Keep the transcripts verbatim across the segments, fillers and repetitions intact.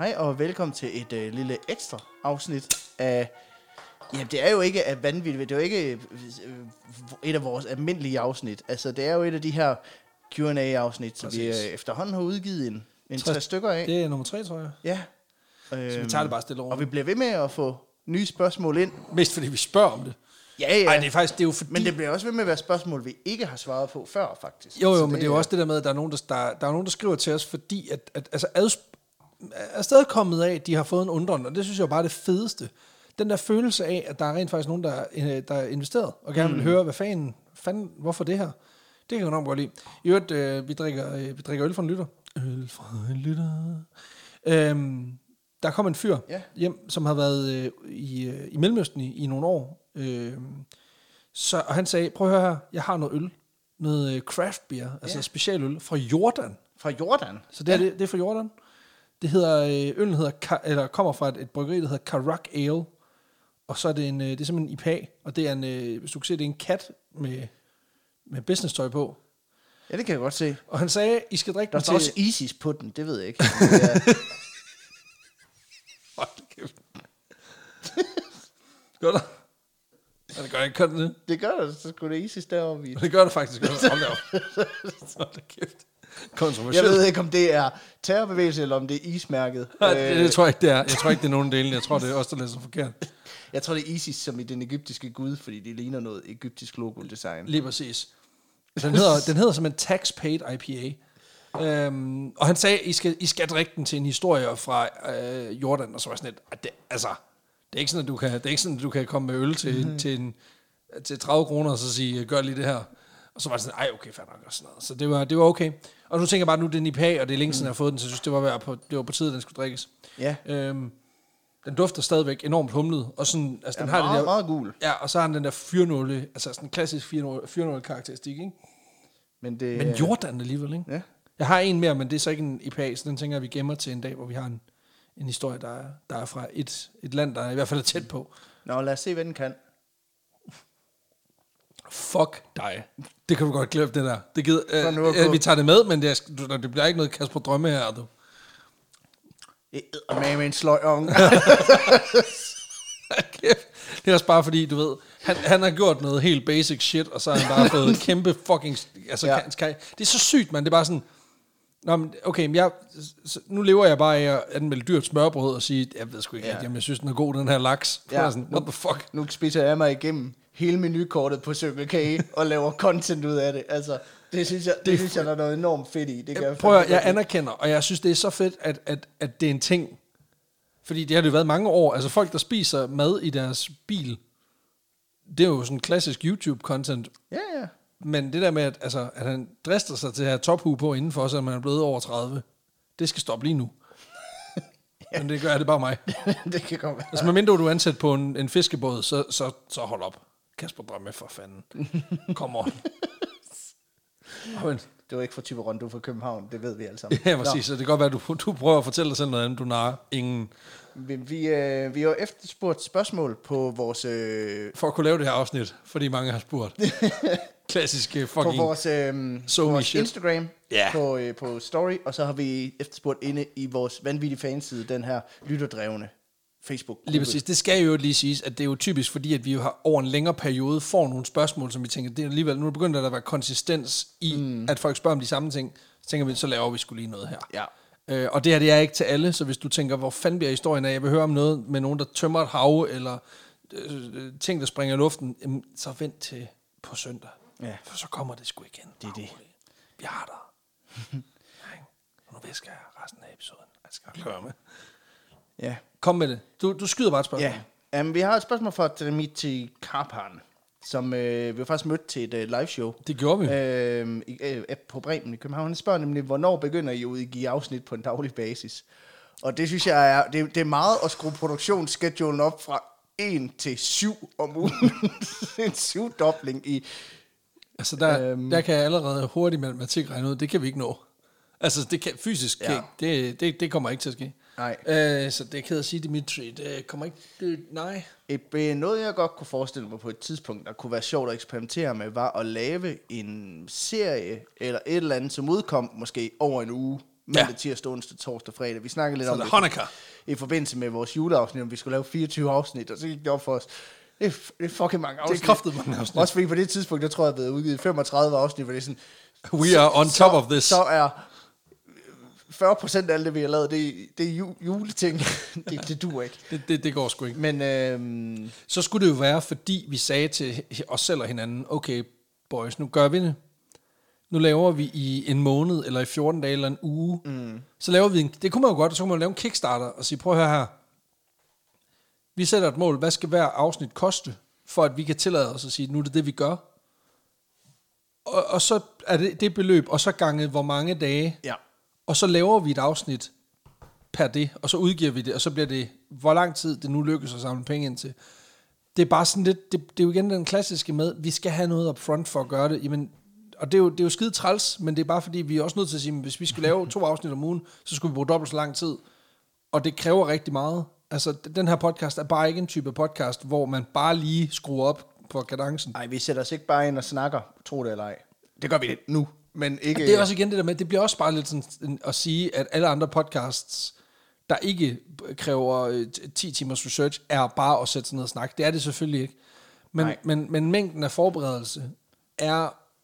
Hej og velkommen til et øh, lille ekstra afsnit af... Jamen, det er jo ikke af vanvittigt. Det er jo ikke øh, et af vores almindelige afsnit. Altså, det er jo et af de her Q and A-afsnit, som vi øh, efterhånden har udgivet en, en tre stykker af. Det er nummer tre, tror jeg. Ja. Øhm, så vi tager det bare stille over. Og vi bliver ved med at få nye spørgsmål ind. Mest fordi vi spørger om det. Ja, ja. Ej, det er faktisk, det er jo fordi... Men det bliver også ved med at være spørgsmål, vi ikke har svaret på før, faktisk. Jo, jo, så men det, det er jo også det der med, at der er nogen, der, der, der, er nogen, der skriver til os, fordi at, at altså, adsp- er stadig kommet af, at de har fået en undren, og det synes jeg jo bare er det fedeste. Den der følelse af, at der er rent faktisk nogen, der, der er investeret, og gerne vil mm. høre, hvad fanden, fanden, hvorfor det her? Det kan jeg enormt godt lide. I øvrigt, øh, vi, drikker, øh, vi drikker øl fra en lytter. Øl fra en lytter. Øhm, der kom en fyr ja. hjem, som har været øh, i, øh, i Mellemøsten i, i nogle år. Øh, så, og han sagde, prøv at høre her, jeg har noget øl. Noget øh, craft beer, altså ja. specialøl fra Jordan. Fra Jordan? Så det, ja. er, det, det er fra Jordan. Det hedder, øh, øllen hedder, eller kommer fra et, et bryggeri, der hedder Karak Ale. Og så er det en, øh, det er simpelthen en I P A, og det er en, øh, hvis du kan se, det er en kat med, med business-tøj på. Ja, det kan jeg godt se. Og han sagde, I skal drikke der den til... Der står også Isis på den, det ved jeg ikke. Er... Hold da kæft. Gør der? Ja, det gør ikke, kun det. Det gør det, så skulle det Isis deroppe i. Det gør det faktisk også. Hold da op. Hold da kæft. Jeg ved ikke, om det er terrorbevægelse, eller om det er ismærket. Nej, det, det tror jeg ikke, det er. Jeg tror ikke, det er nogen dele. Jeg tror, det er også, der læser forkert. Jeg tror, det er Isis, som i den egyptiske gud, fordi det ligner noget egyptisk logo-design. Lige præcis. Den hedder, den hedder som en tax-paid I P A. Øhm, og han sagde, I skal, I skal drikke den til en historie fra øh, Jordan, og så var sådan lidt, det, altså, det er ikke sådan, at du kan, det er ikke sådan, at du kan komme med øl til, mm-hmm. til, en, til tredive kroner, og så sige, gør lige det her. Og så var det sådan, ej, okay, fair nok, og sådan noget. Så det var, det var okay. Og nu tænker jeg bare, nu er det en I P A, og det er længe siden, mm. jeg har fået den, så jeg synes, det var, på, det var på tide, at den skulle drikkes. Ja. Øhm, den dufter stadigvæk enormt humlet, og sådan, altså, ja, den har meget, det der, meget gul. Ja, og så har den den der fyrnåle, altså sådan en klassisk fyrnåle karakteristik, ikke? Men, det, men Jordan alligevel, ikke? Ja. Jeg har en mere, men det er så ikke en I P A, så den tænker jeg, vi gemmer til en dag, hvor vi har en, en historie, der er, der er fra et, et land, der er i hvert fald er tæt på. Nå, lad os se, hvad den kan. Fuck dig. Det kan du godt glemme, det der. Det gider, øh, øh, vi tager det med, men det, er, det bliver ikke noget Kasper Drømme her, du. Det er med med en sløjong. Det er også bare fordi, du ved, han, han har gjort noget helt basic shit, og så har han bare fået kæmpe fucking... Altså, ja. kan, kan, det er så sygt, man. Det er bare sådan... Nå, men okay, men jeg, nu lever jeg bare af at anmelde dyrt smørbrød og sige, jeg ved sgu ikke, ja. at, jamen, jeg synes, den er god, den her laks. Ja. Sådan, what the fuck? Nu spiser jeg mig igennem hele menukortet på Circle K og laver content ud af det. Altså, det synes jeg, det, det synes jeg, der er noget enormt fedt i. Det kan jeg prøv at, jeg anerkender, og jeg synes, det er så fedt, at, at, at det er en ting. Fordi det har det været mange år. Altså folk, der spiser mad i deres bil, det er jo sådan klassisk YouTube-content. Ja, ja. Men det der med, at, altså, at han drister sig til at have tophue på indenfor, så man er blevet over tredive, det skal stoppe lige nu. Ja. Men det gør det bare mig. Det kan godt være. Altså med mindre du er ansat på en, en fiskebåd, så, så, så hold op. Kasper Drømme, for fanden. Kom on. Men. Det var ikke fra Thyborøn, du er fra København. Det ved vi alle sammen. Ja, præcis. Så det kan godt være, at du, du prøver at fortælle dig selv noget andet. Du narer ingen. Vi, vi, øh, vi har efterspurgt spørgsmål på vores... Øh... For at kunne lave det her afsnit, fordi mange har spurgt. Klassiske fucking... På vores, øh, på vores Instagram, yeah. på, øh, på Story, og så har vi efterspurgt inde i vores vanvittige fanside, den her lytterdrevne Facebook. Lige præcis. Det skal jo lige siges, at det er jo typisk, fordi at vi jo har over en længere periode får nogle spørgsmål, som vi tænker, det er alligevel, nu er det begyndt at der være konsistens i, mm. at folk spørger om de samme ting, så tænker vi, så laver vi skulle lige noget her. Ja. Øh, og det her, det er ikke til alle, så hvis du tænker, hvor fanden bliver historien af, jeg vil høre om noget med nogen, der tømmer et hav, eller øh, ting, der springer i luften, jamen, så vent til på søndag. Ja. For så kommer det sgu igen. Det er det. Vi har der. Og nu visker jeg resten af episoden. Jeg skal køre med. Ja. Kom med det. Du, du skyder bare et spørgsmål. Ja. Um, vi har et spørgsmål fra Dimitri Karpan, som øh, vi har faktisk mødt til et uh, live show. Det gjorde vi. Øh, i, øh, på Bremen i København. Han spørger nemlig, hvornår begynder I at udgive afsnit på en daglig basis? Og det synes jeg er, det, det er meget at skrue produktionsschedulen op fra en til syv om ugen. En syvdobling i... Altså der, øhm, der kan jeg allerede hurtigt matematik regne ud, det kan vi ikke nå. Altså det kan fysisk, ja. det, det, det kommer ikke til at ske. Nej. Øh, så det er ked at sige, Dimitri, det kommer ikke, det, nej. Et, noget jeg godt kunne forestille mig på et tidspunkt, der kunne være sjovt at eksperimentere med, var at lave en serie, eller et eller andet, som udkom måske over en uge, Mandag, Ja. tirsdag, onsdag, torsdag, fredag. Vi snakkede lidt Så om det det er Hanukkah. i forbindelse med vores juleafsnit, om vi skulle lave fireogtyve afsnit, og så gik det op for os. Det er, det er fucking mange afsnit. Det er kraftigt mange afsnit. Også fordi på det tidspunkt, der tror jeg, jeg havde udgivet femogtredive afsnit, hvor det er sådan... We are on top of this. Så er fyrre procent af alt det, vi har lavet, det, det er ju, juleting. det, det duer ikke. Det, det, det går sgu ikke. Men øhm, Så skulle det jo være, fordi vi sagde til os selv og hinanden, okay, boys, nu gør vi det. Nu laver vi i en måned, eller i fjorten dage, eller en uge. Mm. Så laver vi en, det kunne man jo godt, så kunne man lave en Kickstarter og sige, prøv at høre her. Vi sætter et mål, hvad skal hver afsnit koste, for at vi kan tillade os at sige, nu er det det, vi gør. Og, og så er det det beløb, og så gange hvor mange dage. ja. Og så laver vi et afsnit per det, og så udgiver vi det, og så bliver det, hvor lang tid det nu lykkes at samle penge ind til. Det er bare sådan lidt, det, det er jo igen den klassiske med, vi skal have noget up front for at gøre det. Jamen, og det er, jo, det er jo skide træls, men det er bare fordi, vi er også nødt til at sige, at hvis vi skal lave to afsnit om ugen, så skulle vi bruge dobbelt så lang tid. Og det kræver rigtig meget. Altså, den her podcast er bare ikke en type podcast, hvor man bare lige skruer op på kadencen. Nej, vi sætter os ikke bare ind og snakker, tro det eller ej. Det gør vi nu, men ikke... Og det er også igen det der med, det bliver også bare lidt sådan at sige, at alle andre podcasts, der ikke kræver ti timers research, er bare at sætte sig ned og snakke. Det er det selvfølgelig ikke. Men, men, men mængden af forberedelse er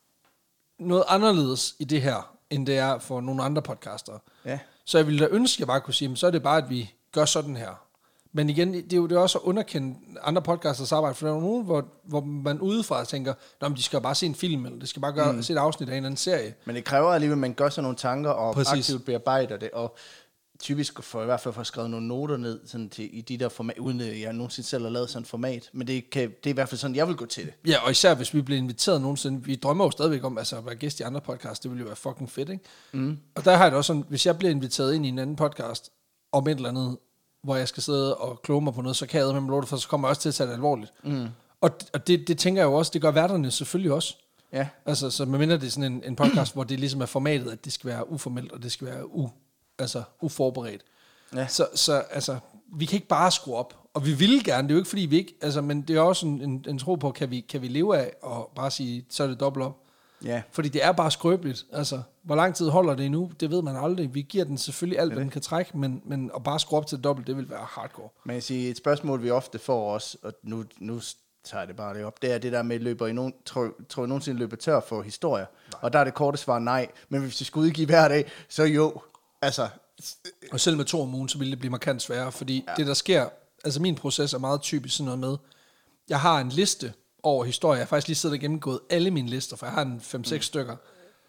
noget anderledes i det her, end det er for nogle andre podcaster. Ja. Så jeg ville da ønske, at jeg bare kunne sige, så er det bare, at vi gør sådan her. Men igen, det er jo det er også at underkende andre podcasters arbejde, for der er jo nogen, hvor, hvor man udefra tænker, at de skal bare se en film, eller de skal bare gøre, mm. se et afsnit af en eller anden serie. Men det kræver alligevel, at man gør sig nogle tanker, og Præcis. aktivt bearbejder det, og typisk for i hvert fald for at skrive nogle noter ned sådan til, i de der format, uden at jeg nogensinde selv har lavet sådan et format. Men det, kan, det er i hvert fald sådan, jeg vil gå til det. Ja, og især hvis vi bliver inviteret nogensinde. Vi drømmer jo stadigvæk om altså, at være gæst i andre podcasts. Det ville jo være fucking fedt, ikke? Mm. Og der har jeg det også sådan, hvis jeg bliver inviteret ind i en anden podcast, om et eller andet, hvor jeg skal sidde og kloge mig på noget, så kan jeg med mig lort, for så kommer jeg også til at tage det alvorligt. Mm. Og, og det, det tænker jeg jo også, det gør værterne selvfølgelig også. Ja. Altså, så medmindre det er sådan en, en podcast, hvor det ligesom er formatet, at det skal være uformelt, og det skal være u, altså, uforberedt. Ja. Så, så altså, vi kan ikke bare skrue op. Og vi vil gerne, det er jo ikke fordi vi ikke, altså, men det er også en, en, en tro på, kan vi, kan vi leve af, og bare sige, så er det dobbelt op. Ja. Fordi det er bare skrøbeligt. Altså, hvor lang tid holder det endnu, det ved man aldrig. Vi giver den selvfølgelig alt, hvad den kan trække, men, men at bare skrue op til det dobbelt, det vil være hardcore. Men jeg siger, et spørgsmål, vi ofte får os, og nu, nu tager jeg det bare det op, det er det der med, løber I nogen, tror, tror I nogensinde løber tør for historier? Nej. Og der er det korte svar nej. Men hvis vi skulle udgive hver dag, så jo. Altså... Og selv med to om ugen, så ville det blive markant sværere, fordi ja. det der sker, altså min proces er meget typisk sådan noget med, jeg har en liste over historier, jeg har faktisk lige siddet og gennemgået alle mine lister, for jeg har en fem seks mm. stykker.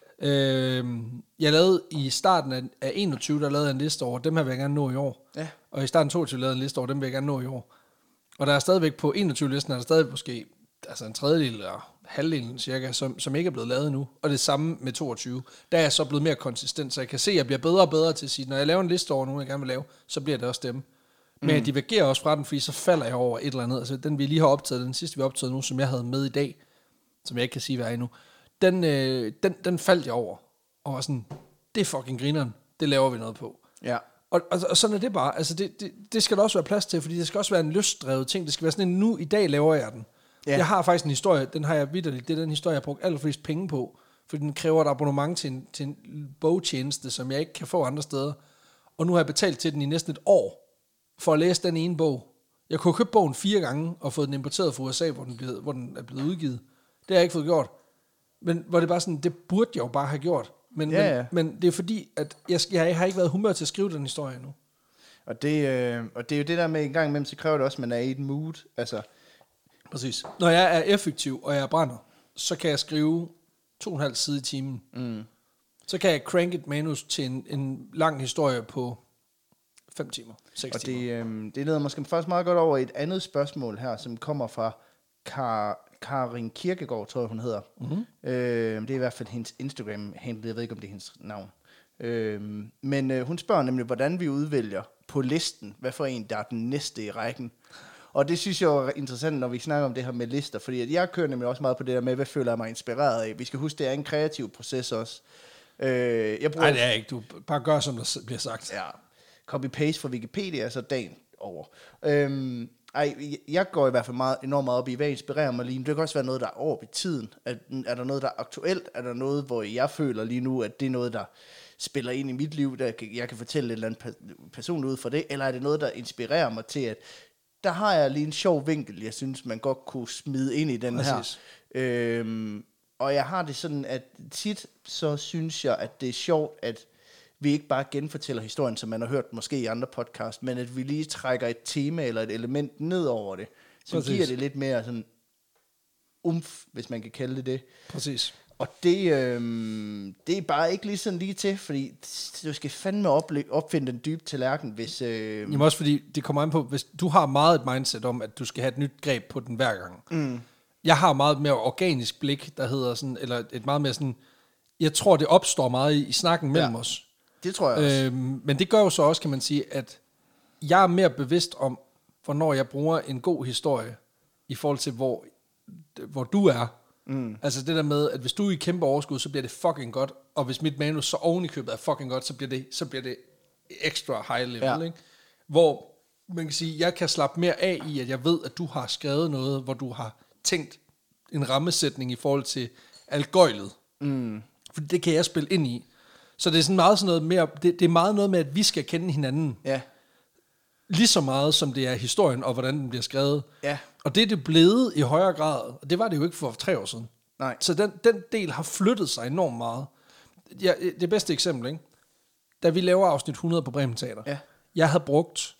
Øh, jeg lavede i starten af, af enogtyve, der lavede jeg en liste over, dem her vil jeg gerne nå i år. Ja. Og i starten af toogtyve lavede jeg en liste over, dem vil jeg gerne nå i år. Og der er stadigvæk på enogtyve-listen, er der stadig måske altså en tredjedel eller halvdelen cirka, som, som ikke er blevet lavet endnu. Og det samme med toogtyve. Der er jeg så blevet mere konsistent, så jeg kan se, at jeg bliver bedre og bedre til at sige, når jeg laver en liste over nogen, jeg gerne vil lave, så bliver det også dem. Men mm. jeg divergerer også fra den, fordi så falder jeg over et eller andet. Altså den vi lige har optaget, den sidste vi har optaget nu, som jeg havde med i dag, som jeg ikke kan sige, hvad er endnu, den, øh, den, den faldt jeg over. Og var sådan, det er fucking grineren, det laver vi noget på. Ja. Og, og, og sådan er det bare. Altså det, det, det skal der også være plads til, fordi det skal også være en lystdrevet ting. Det skal være sådan en, nu i dag laver jeg den. Ja. Jeg har faktisk en historie, den har jeg vitterligt, det er den historie, jeg har brugt allerflest penge på, for den kræver et abonnement til en, til en bogtjeneste, som jeg ikke kan få andre steder. Og nu har jeg betalt til den i næsten et år, for at læse den ene bog. Jeg kunne købe bogen fire gange, og fået den importeret fra U S A, hvor den, blev, hvor den er blevet udgivet. Det har jeg ikke fået gjort. Men hvor det bare sådan, det burde jeg jo bare have gjort. Men, ja, ja. men, men det er fordi, at jeg, jeg har ikke været humør til at skrive den historie endnu. Og det, øh, og det er jo det der med en gang imellem, så kræver det også, at man er i et mood. Altså... Præcis. Når jeg er effektiv, og jeg brænder, så kan jeg skrive to og en halv side i timen. Mm. Så kan jeg crank et manus til en, en lang historie på fem timer, seks og timer. Og det, øh, det leder måske først meget godt over et andet spørgsmål her, som kommer fra Kar, Karin Kirkegaard, tror jeg hun hedder. Mm-hmm. Øh, det er i hvert fald hendes Instagram-handle, jeg ved ikke, om det er hendes navn. Øh, men øh, hun spørger nemlig, hvordan vi udvælger på listen, hvad for en, der er den næste i rækken. Og det synes jeg er interessant, når vi snakker om det her med lister, fordi at jeg kører nemlig også meget på det der med, hvad føler jeg mig inspireret af. Vi skal huske, det er en kreativ proces også. Øh, jeg bruger Nej, det er ikke. Du bare gør, som der bliver sagt. Ja. Copy-paste fra Wikipedia, så dagen over. Øhm, ej, jeg går i hvert fald meget, enormt meget op i, hvad inspirerer mig lige nu. Det kan også være noget, der er over i tiden. Er, er der noget, der er aktuelt? Er der noget, hvor jeg føler lige nu, at det er noget, der spiller ind i mit liv, der jeg kan fortælle et eller andet person ud fra det, eller er det noget, der inspirerer mig til, at der har jeg lige en sjov vinkel, jeg synes, man godt kunne smide ind i den Præcis. her. Øhm, og jeg har det sådan, at tit så synes jeg, at det er sjovt, at vi ikke bare genfortæller historien, som man har hørt måske i andre podcast, men at vi lige trækker et tema eller et element ned over det, som Præcis. giver det lidt mere sådan umf, hvis man kan kalde det det. Præcis. Og det, øhm, det er bare ikke lige sådan lige til, fordi du skal fandme ople- opfinde den dybe tallerken, hvis... Øh... Jamen også fordi, det kommer an på, hvis du har meget et mindset om, at du skal have et nyt greb på den hver gang. Mm. Jeg har meget mere organisk blik, der hedder sådan, eller et meget mere sådan, jeg tror, det opstår meget i, i snakken mellem ja, os. Det tror jeg også. Øhm, men det gør jo så også, kan man sige, at jeg er mere bevidst om, hvornår jeg bruger en god historie, i forhold til, hvor, hvor du er. Mm. Altså det der med, at hvis du er i kæmpe overskud, så bliver det fucking godt, og hvis mit manus så oven i købet er fucking godt, så bliver det, så bliver det extra high level, ja. Ikke? Hvor man kan sige, jeg kan slappe mere af i, at jeg ved, at du har skrevet noget, hvor du har tænkt en rammesætning i forhold til algøjlet. Mm. For det kan jeg spille ind i. Så det er sådan meget sådan noget mere, det, det er meget noget med, at vi skal kende hinanden. Ja. Lige så meget, som det er historien, og hvordan den bliver skrevet. Ja. Og det er det blevet i højere grad, og det var det jo ikke for tre år siden. Nej. Så den, den del har flyttet sig enormt meget. Ja, det bedste eksempel, ikke? Da vi laver afsnit hundrede på Bremen Teater, ja. jeg havde brugt,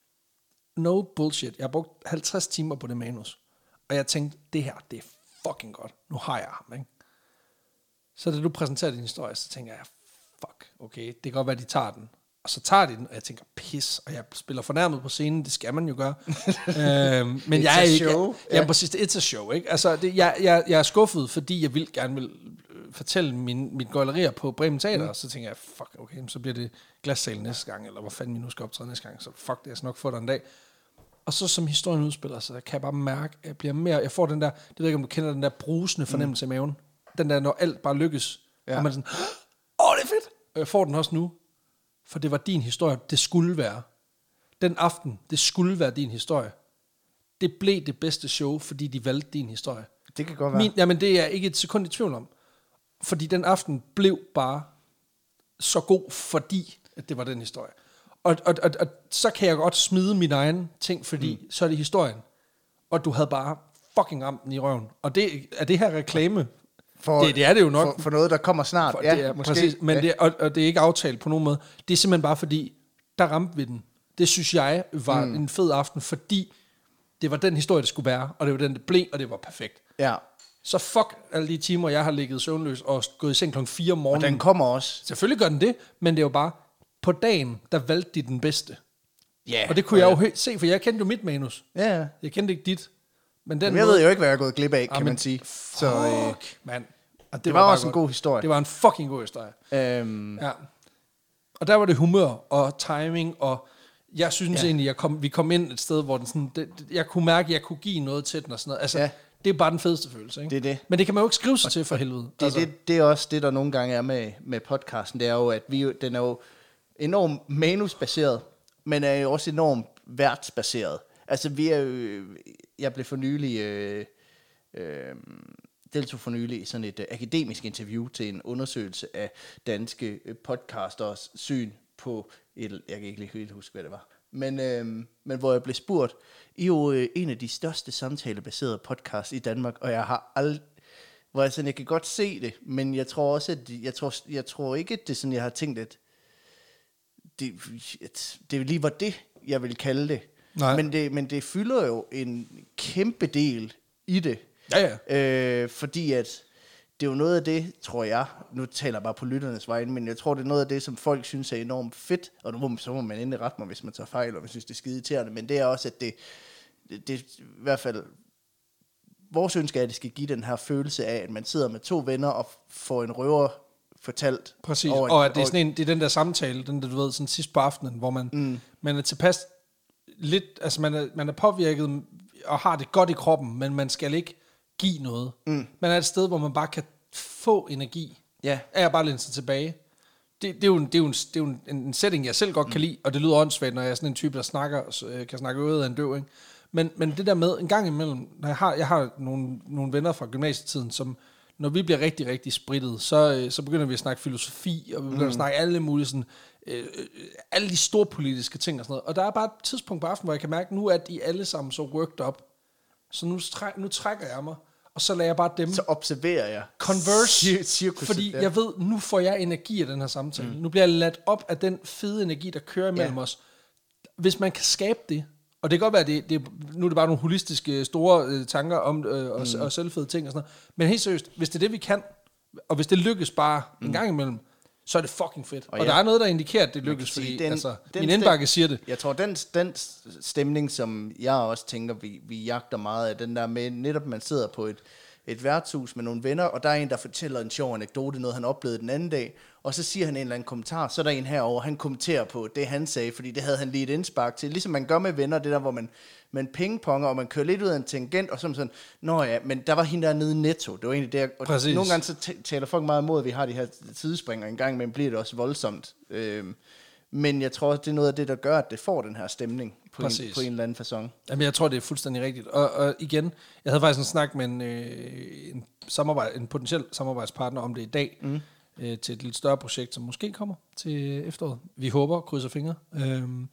no bullshit, jeg har brugt halvtreds timer på det manus. Og jeg tænkte, det her, det er fucking godt. Nu har jeg ham, ikke? Så da du præsenterer din historie, så tænker jeg, fuck, okay, det kan godt være, de tager den. Og så tager de den, og jeg tænker, pis, og jeg spiller fornærmet på scenen, det skal man jo gøre. øhm, men jeg er ikke... Show. Jeg, jeg, præcis, it's a show, ikke? Altså, det, jeg, jeg, jeg er skuffet, fordi jeg vil gerne vil fortælle min, mit gøjlerier på Bremen Teater, mm. og så tænker jeg, fuck, okay, så bliver det glassalen næste gang, eller hvor fanden vi nu skal optræde næste gang, så fuck det, jeg skal nok få det en dag. Og så som historien udspiller sig, kan jeg bare mærke, at jeg bliver mere, jeg får den der, det ved jeg ikke, om du kender den der brusende fornemmelse mm. i maven, den der, når alt bare lykkes, ja. Og man er sådan, åh, det er fedt, og jeg får den også nu, for det var din historie, det skulle være. Den aften, det skulle være din historie. Det blev det bedste show, fordi de valgte din historie. Det kan godt være. Min, jamen, det er ikke et sekund i tvivl om. Fordi den aften blev bare så god, fordi at det var den historie. Og, og, og, og så kan jeg godt smide min egen ting, fordi mm. så er det historien. Og du havde bare fucking ramt den i røven. Og det er det her reklame. For, det, det er det jo nok. For, for noget, der kommer snart. For, ja, det er, måske. Præcis, men ja. det, og, og det er ikke aftalt på nogen måde. Det er simpelthen bare fordi, der ramte vi den. Det synes jeg var mm. en fed aften, fordi det var den historie, det skulle være, og det var den, det blev, og det var perfekt. Ja. Så fuck alle de timer, jeg har ligget søvnløs og gået i seng klokken fire om morgenen. Og den kommer også. Selvfølgelig gør den det, men det er jo bare, på dagen, der valgte de den bedste. Ja. Yeah, og det kunne jeg jo helt se, for jeg kendte jo mit manus. Ja. Yeah. Jeg kendte ikke dit. Men den men jeg måde, ved jo ikke, hvad jeg er gået glip af, kan ah, man sige. Fuck, så, øh, mand. Det, det var, var også en god historie. Det var en fucking god historie. Um. Ja. Og der var det humør og timing, og jeg synes ja. egentlig, jeg kom, vi kom ind et sted, hvor den sådan, det, jeg kunne mærke, at jeg kunne give noget til den og sådan noget. Altså, ja. Det er bare den fedeste følelse, ikke? Det er det. Men det kan man jo ikke skrive sig og, til for helvede. Det, altså. det, det er også det, der nogle gange er med, med podcasten. Det er jo, at vi, den er jo enormt manusbaseret, men er jo også enormt værtsbaseret. Altså, vi er jo... Jeg blev for nylig... Øh, øh, deltog for nylig i sådan et uh, akademisk interview til en undersøgelse af danske uh, podcasters syn på et, jeg kan ikke lige helt huske, hvad det var, men, øh, men hvor jeg blev spurgt, I er jo øh, en af de største samtalebaserede podcasts i Danmark, og jeg har aldrig, hvor jeg sådan, jeg kan godt se det, men jeg tror også, at jeg tror, jeg tror ikke, at det er sådan, jeg har tænkt, at det, at det lige var det, jeg vil kalde det. Nej. Men det, men det fylder jo en kæmpe del i det. Ja, ja. Øh, fordi at det er jo noget af det, tror jeg, nu taler jeg bare på lytternes vegne, men jeg tror, det er noget af det, som folk synes er enormt fedt, og nu må, så må man endelig rette mig, hvis man tager fejl, og man synes, det er skide irriterende, men det er også, at det, det, det i hvert fald, vores ønske er, at det skal give den her følelse af, at man sidder med to venner og får en røver fortalt. Præcis, over, og at det er, sådan en, det er den der samtale, den der, du ved, sådan sidst på aftenen, hvor man, mm. man er tilpas lidt, altså man er, man er påvirket og har det godt i kroppen, men man skal ikke give noget. Mm. Man er et sted, hvor man bare kan få energi. Ja. Er jeg bare lænet sig tilbage. Det, det, er jo en, det, er jo en, det er jo en, en setting, jeg selv godt mm. kan lide, og det lyder åndssvagt, når jeg er sådan en type, der snakker, øh, kan snakke øret af en døv, ikke? Men, men det der med, en gang imellem, når jeg har, jeg har nogle, nogle venner fra gymnasietiden, som, når vi bliver rigtig, rigtig spritet, så, øh, så begynder vi at snakke filosofi, og vi begynder mm. at snakke alle mulige sådan, øh, øh, alle de store politiske ting og sådan noget. Og der er bare et tidspunkt på aftenen, hvor jeg kan mærke, nu at de alle sammen så worked up. Så nu, træ, nu trækker jeg mig, og så lader jeg bare dem... Så observerer jeg. Converse, cirkus, fordi ja. jeg ved, nu får jeg energi af den her samtale. Mm. Nu bliver jeg ladt op af den fede energi, der kører imellem ja. os. Hvis man kan skabe det, og det kan godt være, at det, det, nu er det bare nogle holistiske store øh, tanker om øh, og, mm. og selvfede ting og sådan noget, men helt seriøst, hvis det er det, vi kan, og hvis det lykkes bare mm. en gang imellem, så er det fucking fedt. Og, og ja. der er noget, der indikerer, at det lykkes, fordi den, altså, den min indbakke siger det. Jeg tror, den, den stemning, som jeg også tænker, vi, vi jagter meget af, den der med, netop man sidder på et, et værtshus med nogle venner, og der er en, der fortæller en sjov anekdote, noget han oplevede den anden dag, og så siger han en eller anden kommentar, så er der en herover, han kommenterer på det, han sagde, fordi det havde han lige et indspark til, ligesom man gør med venner, det der, hvor man, man pingponger, og man kører lidt ud af en tangent, og så sådan, nå ja, men der var hende der nede i Netto, det var egentlig det, og Præcis. nogle gange så t- taler folk meget imod, at vi har de her tidsspringer en gang, men bliver det også voldsomt. Øhm, men jeg tror, det er noget af det, der gør, at det får den her stemning på, en, på en eller anden facon. Jamen, jeg tror, det er fuldstændig rigtigt. Og, og igen, jeg havde faktisk en snak med en, øh, en, samarbejde, en potentiel samarbejdspartner om det i dag, mm. øh, til et lidt større projekt, som måske kommer til efteråret. Vi håber, krydser fingre. Øhm,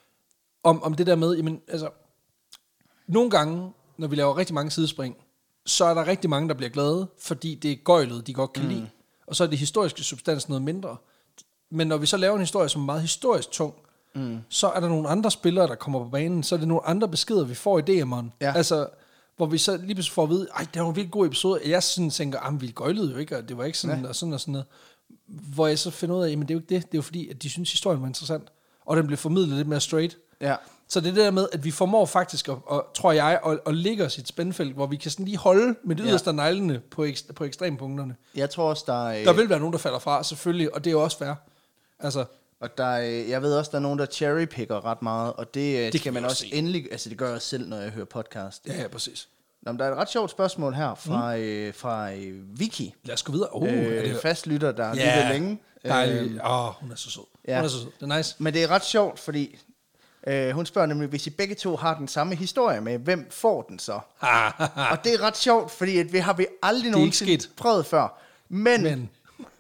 om, om det der med, jamen, altså, nogle gange, når vi laver rigtig mange sidespring, så er der rigtig mange, der bliver glade, fordi det er gøjlet, de godt kan mm. lide. Og så er det historiske substans noget mindre. Men når vi så laver en historie, som er meget historisk tung, mm. så er der nogle andre spillere, der kommer på banen, så er det nogle andre beskeder, vi får i D M'eren. Ja. Altså, hvor vi så lige pludselig får at vide, ej, det var en virkelig god episode. Jeg sådan tænker, ah, vi gøjlede jo ikke, og det var ikke sådan, ja. og sådan og sådan noget. Hvor jeg så finder ud af, jamen det er jo ikke det, det er jo fordi, at de synes, historien var interessant, og den blev formidlet lidt mere straight. Ja. Så det er det der med, at vi formår faktisk, at, og, tror jeg, at, at ligge os i et spændfelt, hvor vi kan sådan lige holde med det yderste ja. neglene på, ekst, på ekstrempunkterne. Jeg tror også, der er... Der vil være nogen, der falder fra, selvfølgelig, og det er jo også fair. Altså... Og der er, jeg ved også, der er nogen, der cherrypicker ret meget, og det, det kan man også se. endelig... Altså, det gør jeg selv, når jeg hører podcast. Ja, ja, præcis. Nå, men der er et ret sjovt spørgsmål her fra, mm. øh, fra øh, Vicky. Lad os gå videre. Oh, øh, er det fastlytter, der yeah. lytter længe. Dejligt. Åh, oh, hun er så sød. Ja. Hun er så sød. Det er nice. Men det er ret sjovt, fordi øh, hun spørger nemlig, hvis I begge to har den samme historie med, hvem får den så? Og det er ret sjovt, fordi at vi har vi aldrig nogensinde prøvet før. Men, Men.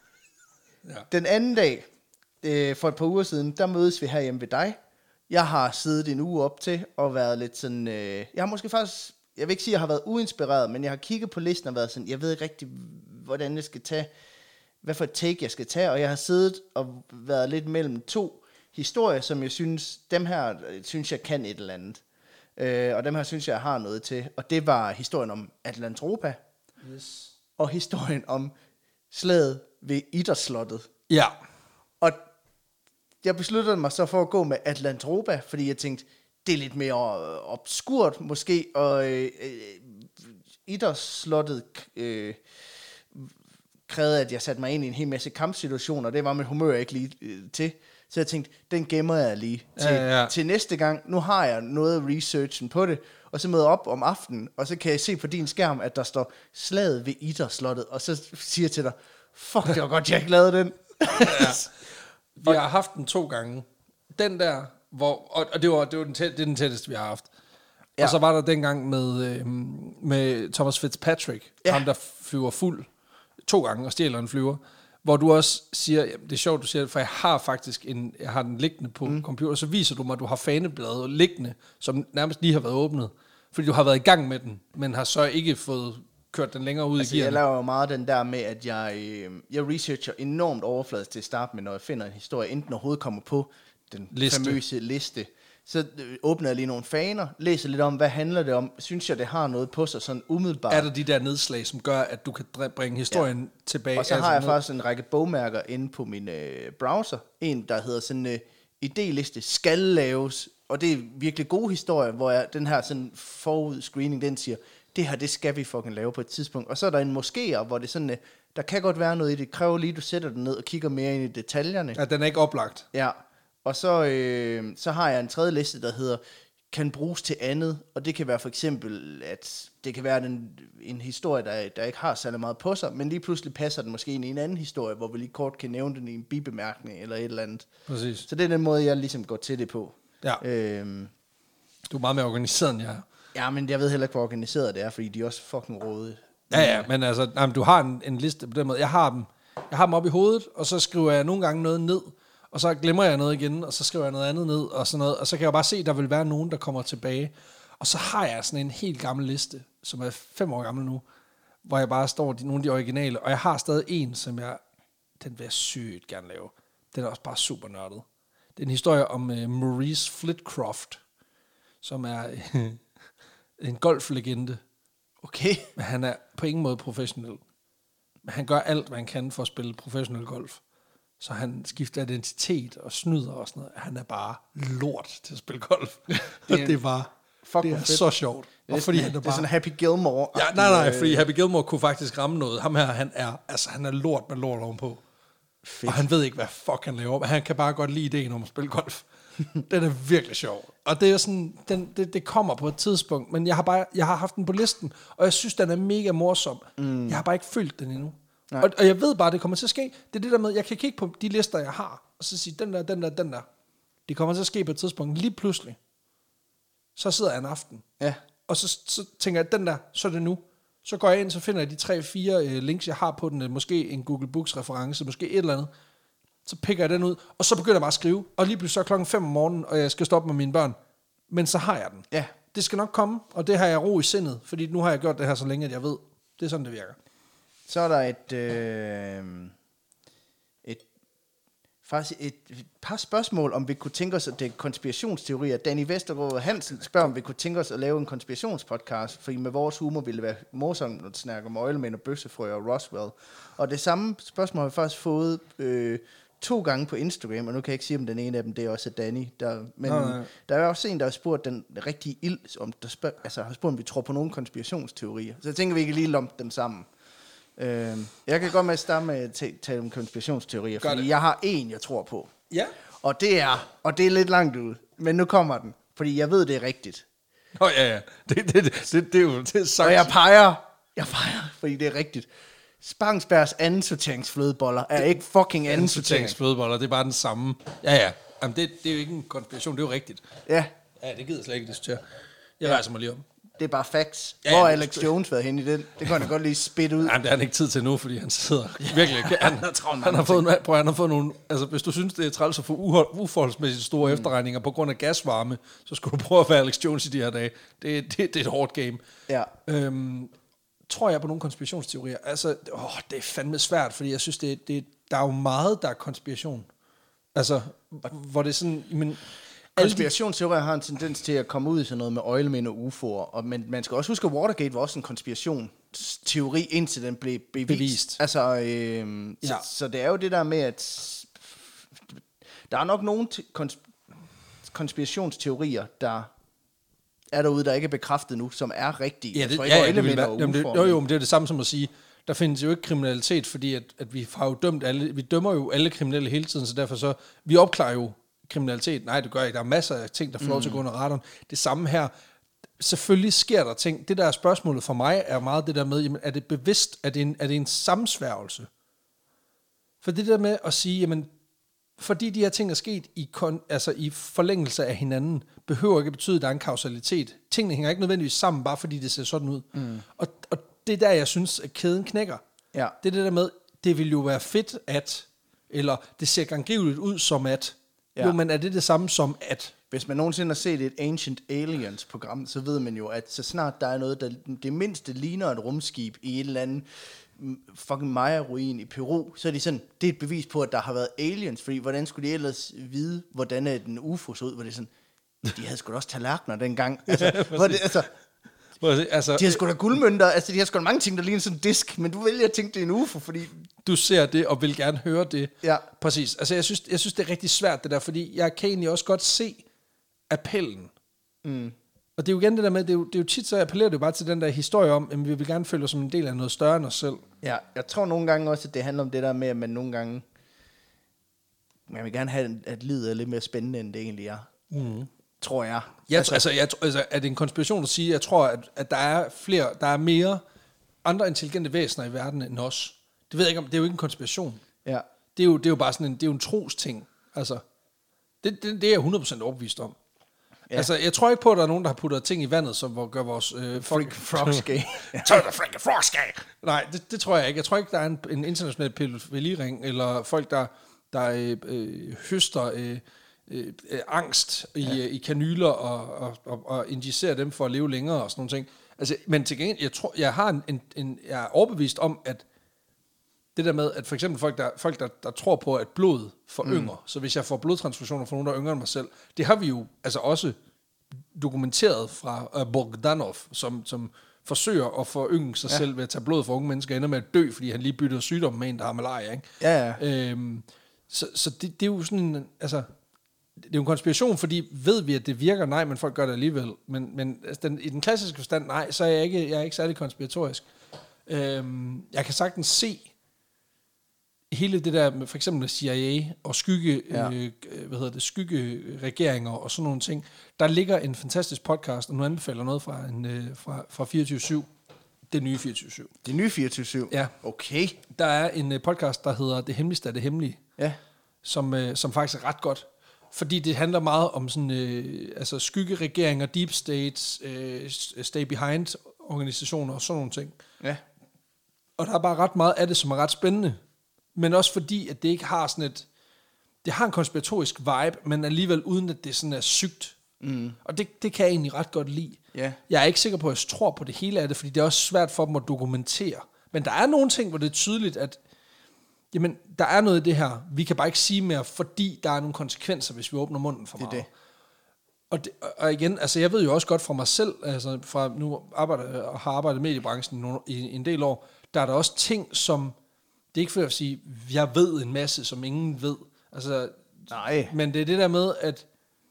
Ja. Den anden dag, øh, for et par uger siden, der mødes vi her hjemme ved dig. Jeg har siddet en uge op til og været lidt sådan... Øh, jeg har måske faktisk... Jeg vil ikke sige, at jeg har været uinspireret, men jeg har kigget på listen og været sådan, jeg ved ikke rigtig, hvordan jeg skal tage, hvad for et take jeg skal tage, og jeg har siddet og været lidt mellem to historier, som jeg synes, dem her, synes jeg kan et eller andet. Øh, og dem her synes jeg, jeg har noget til. Og det var historien om Atlantropa, yes. og historien om slaget ved Idderslottet. Ja. Og jeg besluttede mig så for at gå med Atlantropa, fordi jeg tænkte, det er lidt mere obskurt måske, og øh, Idderslottet øh, krævede, at jeg satte mig ind i en hel masse kampsituationer, og det var mit humør ikke lige øh, til. Så jeg tænkte, den gemmer jeg lige til, ja, ja. til næste gang. Nu har jeg noget af researchen på det, og så møder jeg op om aftenen, og så kan jeg se på din skærm, at der står slaget ved Idderslottet, og så siger jeg til dig, fuck, det var godt, jeg ikke lavede den. Ja. Vi har haft den to gange. Den der... Hvor, og, og det var, det var den, tæt, det er den tætteste, vi har haft. Ja. Og så var der dengang med, øh, med Thomas Fitzpatrick, ja. ham der flyver fuld to gange og stjæler en flyver, hvor du også siger, jamen, det er sjovt, du siger det, for jeg har faktisk en, jeg har den liggende på mm. computer, så viser du mig, at du har fanebladet liggende, som nærmest lige har været åbnet, fordi du har været i gang med den, men har så ikke fået kørt den længere ud altså, i gearne. Jeg laver jo meget den der med, at jeg, øh, jeg researcher enormt overfladisk til at starte med, når jeg finder en historie, enten overhovedet kommer på den liste. famøse liste. Så åbner jeg lige nogle faner, læser lidt om, hvad handler det om. Synes jeg, det har noget på sig, sådan umiddelbart. Er der de der nedslag, som gør, at du kan bringe historien ja. tilbage? Og så altså har jeg ned. faktisk en række bogmærker inde på min øh, browser. En, der hedder sådan en øh, idéliste, skal laves. Og det er virkelig gode historier, hvor jeg, den her sådan forud screening, den siger, det her, det skal vi fucking lave på et tidspunkt. Og så er der en moskéer, hvor det sådan, øh, der kan godt være noget i det. Det kræver lige, du sætter den ned og kigger mere ind i detaljerne. Ja, den er ikke oplagt. Ja. Og så, øh, så har jeg en tredje liste, der hedder, kan bruges til andet, og det kan være for eksempel, at det kan være en, en historie, der, der ikke har særlig meget på sig, men lige pludselig passer den måske ind i en anden historie, hvor vi lige kort kan nævne den i en bibemærkning eller et eller andet. Præcis. Så det er den måde, jeg ligesom går til det på. Ja. Øhm, du er meget mere organiseret, end jeg er. Ja, men jeg ved heller ikke, hvor organiseret det er, fordi de er også fucking råde. Ja, ja, men altså, nej, men du har en, en liste på den måde. Jeg har dem, jeg har dem op i hovedet, og så skriver jeg nogle gange noget ned, og så glemmer jeg noget igen, og så skriver jeg noget andet ned, og sådan noget, og så kan jeg bare se, at der vil være nogen, der kommer tilbage. Og så har jeg sådan en helt gammel liste, som er fem år gammel nu, hvor jeg bare står de, nogle af de originale, og jeg har stadig en, som jeg, den vil jeg sygt gerne lave. Den er også bare super nørdet. Det er en historie om uh, Maurice Flitcroft, som er en golflegende. Okay. Men han er på ingen måde professionel. Men han gør alt, hvad han kan for at spille professionel golf. Så han skifter identitet og snyder og sådan noget. Han er bare lort til at spille golf. Det er, det er bare fuck det er fedt. så sjovt. Det er, og fordi sådan, han er det bare, er sådan Happy Gilmore. Ja, nej, nej, fordi Happy Gilmore kunne faktisk ramme noget. Ham her, han er, altså, han er lort med lort ovenpå. Fedt. Og han ved ikke, hvad fuck han laver. Men han kan bare godt lide ideen om at spille golf. Den er virkelig sjov. Og det er sådan, den, det, det kommer på et tidspunkt, men jeg har bare, jeg har haft den på listen, og jeg synes, den er mega morsom. Mm. Jeg har bare ikke følt den endnu. Og, og jeg ved bare, det kommer til at ske. Det er det der med, jeg kan kigge på de lister, jeg har, og så sige, den der, den der, den der. Det kommer til at ske på et tidspunkt. Lige pludselig, så sidder jeg en aften, ja. og så, så tænker jeg, den der, så er det nu. Så går jeg ind, så finder jeg de tre, fire øh, links, jeg har på den, øh, måske en Google Books reference, måske et eller andet. Så pikker jeg den ud, og så begynder jeg bare at skrive. Og lige pludselig så er klokken fem om morgenen, og jeg skal stoppe med mine børn. Men så har jeg den. Ja. Det skal nok komme, og det har jeg ro i sindet, fordi nu har jeg gjort det her så længe, at jeg ved, det er sådan, det virker. Så er der et, øh, et, faktisk et, et par spørgsmål, om vi kunne tænke os, at det er konspirationsteorier. Danny Vestergaard Hansen spørger, om vi kunne tænke os at lave en konspirationspodcast, fordi med vores humor ville det være morsomt, når vi snakker om Oilman og Bøssefrø og Roswell. Og det samme spørgsmål har vi faktisk fået øh, to gange på Instagram, og nu kan jeg ikke sige, om den ene af dem, det er også Danny. Der, men nej, nej. Der er også en, der har spurgt den rigtige ild, om der spørg, altså har spurgt, om vi tror på nogle konspirationsteorier. Så jeg tænker, vi kan lige lumpe dem sammen. Øh, jeg kan godt med at starte med at t- tale om konspirationsteorier, Gør fordi det. jeg har en, jeg tror på. Ja. Og det er, og det er lidt langt ud, men nu kommer den, fordi jeg ved, det er rigtigt. Nå oh, ja, ja. Det, det, det, det, det er jo det er sagt. Og jeg peger, jeg peger, fordi det er rigtigt. Spangsbergs anden sorteringsflødeboller er ikke fucking anden sortering. Flødeboller, det er bare den samme. Ja, ja. Jamen, det, det er jo ikke en konspiration, det er jo rigtigt. Ja. Ja, det gider jeg slet ikke diskutere. Jeg Ja. rejser mig lige om. Det er bare facts. Ja, Hvor ja, har det- Alex Jones været henne i den? Det kan han godt lige spit ud. Jamen, det har han ikke tid til nu, fordi han sidder virkelig... Han, har travlt med han, har andre fået, prøv, han har fået nogle... Altså, hvis du synes, det er træls at få uhold- uforholdsmæssigt store mm. efterregninger på grund af gasvarme, så skulle du prøve at være Alex Jones i de her dage. Det, det, det er et hårdt game. Ja. Øhm, tror jeg på nogle konspirationsteorier? Altså, åh, det er fandme svært, fordi jeg synes, det, det, der er jo meget, der er konspiration. Altså, hvor det er sådan... Men, Konspirationsteorier har en tendens til at komme ud i sådan noget med Oilman og U F O'er, og men man skal også huske, at Watergate var også en konspirationsteori, indtil den blev bevist. Bevist. Altså, øh, Ja. så, så det er jo det der med, at der er nok nogle te- kons- konspirationsteorier, der er derude, der ikke er bekræftet nu, som er rigtige. Ja, Jeg det, tror ja, ikke, ja, det vil Oilman være, og jamen, det, U F O'er, jo, jo, men det er det samme som at sige, der findes jo ikke kriminalitet, fordi at, at vi har jo dømt alle, vi dømmer jo alle kriminelle hele tiden, så derfor så, vi opklarer jo kriminalitet. Nej, det gør ikke. Der er masser af ting, der får lov til at gå under radaren. Det samme her. Selvfølgelig sker der ting. Det der er spørgsmålet for mig, er meget det der med, jamen, er det bevidst, er det en, er det en sammensværgelse? For det der med at sige, jamen, fordi de her ting er sket i, kon, altså i forlængelse af hinanden, behøver ikke at betyde, at der er en kausalitet. Tingene hænger ikke nødvendigvis sammen, bare fordi det ser sådan ud. Mm. Og, og det er der, jeg synes, at kæden knækker. Ja. Det er det der med, det vil jo være fedt at, eller det ser gangriveligt ud som at, Ja. jo, men er det det samme som at? Hvis man nogensinde har set et Ancient Aliens-program, så ved man jo, at så snart der er noget, der det mindste ligner et rumskib i et eller andet mm, fucking Maya-ruin i Peru, så er de sådan, det er et bevis på, at der har været aliens, fordi hvordan skulle de ellers vide, hvordan er den U F O så ud, hvor det er sådan, de havde sgu da også tallerkener dengang. Altså, hvor det, altså, Altså, de har sgu da guldmønter, altså de har sgu da mange ting, der ligner sådan en disk, men du vælger at tænke, det er en U F O, fordi... du ser det og vil gerne høre det. Ja. Præcis. Altså, jeg synes, jeg synes, det er rigtig svært, det der, fordi jeg kan egentlig også godt se appellen. Mm. Og det er jo igen det der med, det er jo, det er jo tit, så appellerer det jo bare til den der historie om, at vi vil gerne føle os som en del af noget større end os selv. Ja, jeg tror nogle gange også, at det handler om det der med, at man nogle gange... Man vil gerne have, at livet er lidt mere spændende, end det egentlig er. Mm. Tror jeg. Jeg, altså, altså, jeg, altså, er det en konspiration at sige, at jeg tror, at, at der er flere, der er mere andre intelligente væsener i verden end os. Det ved jeg ikke om, det er jo ikke en konspiration. Ja. Det er jo, det er jo bare sådan en, det er jo en tros ting. Altså, det, det, det er jeg hundrede procent overbevist om. Ja. Altså, jeg tror ikke på, at der er nogen, der har puttet ting i vandet, som gør vores... Øh, Freak frogs gay. Så er der freak frogs gay! Nej, det, det tror jeg ikke. Jeg tror ikke, der er en, en international pædofiliring, eller folk, der, der øh, øh, høster øh, øh, angst i, ja. i kanyler og, og, og, og injicerer dem for at leve længere og sådan nogle ting. Altså, men til gengæld, jeg tror, jeg har en, en, en jeg er overbevist om, at det der med, at for eksempel folk, der, folk der, der tror på, at blod forynger, mm. så hvis jeg får blodtransfusioner fra nogen, der er yngre end mig selv, det har vi jo altså også dokumenteret fra uh, Bogdanov, som, som forsøger at forynge sig ja. selv ved at tage blod fra unge mennesker, ender med at dø, fordi han lige byttede sygdom med en, der har malaria. Ikke? Ja, ja. Øhm, så så det, det er jo sådan en, altså, det er jo en konspiration, fordi ved vi, at det virker? Nej, men folk gør det alligevel. Men, men altså, den, i den klassiske forstand, nej, så er jeg ikke, jeg er ikke særlig konspiratorisk. Øhm, jeg kan sagtens se hele det der med for eksempel C I A og skygge, ja. øh, hvad hedder det, skyggeregeringer og sådan nogle ting. Der ligger en fantastisk podcast, og nu anbefaler noget fra, en, øh, fra, fra fireogtyve syv. Det nye fireogtyve syv. Det nye fireogtyve syv? Ja. Okay. Der er en øh, podcast, der hedder Det Hemmeligste af det Hemmelige, ja. som, øh, som faktisk er ret godt. Fordi det handler meget om sådan, øh, altså skyggeregeringer, deep states, øh, stay behind organisationer og sådan nogle ting. Ja. Og der er bare ret meget af det, som er ret spændende. Men også fordi, at det ikke har sådan et... Det har en konspiratorisk vibe, men alligevel uden, at det sådan er sygt. Mm. Og det, det kan jeg egentlig ret godt lide. Yeah. Jeg er ikke sikker på, at jeg tror på det hele af det, fordi det er også svært for dem at dokumentere. Men der er nogle ting, hvor det er tydeligt, at jamen, der er noget i det her. Vi kan bare ikke sige mere, fordi der er nogle konsekvenser, hvis vi åbner munden for meget. Det er det. Og, det, og igen, altså jeg ved jo også godt fra mig selv, altså fra nu arbejder og har arbejdet i mediebranchen i, i en del år, der er der også ting, som... Det er ikke for at sige, at jeg ved en masse, som ingen ved. Altså, nej. Men det er det der med, at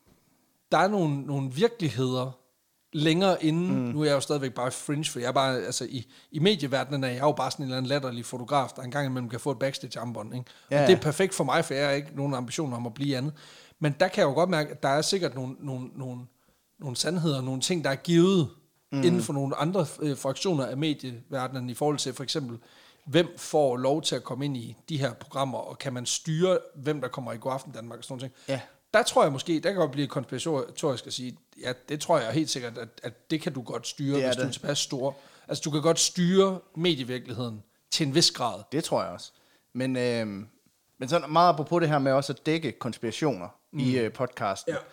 der er nogle, nogle virkeligheder længere inden. Mm. Nu er jeg jo stadigvæk bare fringe, for jeg er bare, altså i, i medieverdenen er jeg jo bare sådan en eller anden latterlig fotograf, der engang imellem kan få et backstage-armbånd. Ikke? Ja. Og det er perfekt for mig, for jeg har ikke nogen ambitioner om at blive andet. Men der kan jeg jo godt mærke, at der er sikkert nogle, nogle, nogle, nogle sandheder, nogle ting, der er givet mm. inden for nogle andre øh, fraktioner af medieverdenen, i forhold til for eksempel, hvem får lov til at komme ind i de her programmer, og kan man styre, hvem der kommer i Godaften Danmark og sådan noget. Ja. Der tror jeg måske, der kan godt blive konspiratorisk at sige, ja, det tror jeg helt sikkert, at, at det kan du godt styre, hvis det. Du er tilpas stor. Altså, du kan godt styre medievirkeligheden til en vis grad. Det tror jeg også. Men, øh, men sådan meget apropos det her med også at dække konspirationer mm. i øh, podcasten. Ja.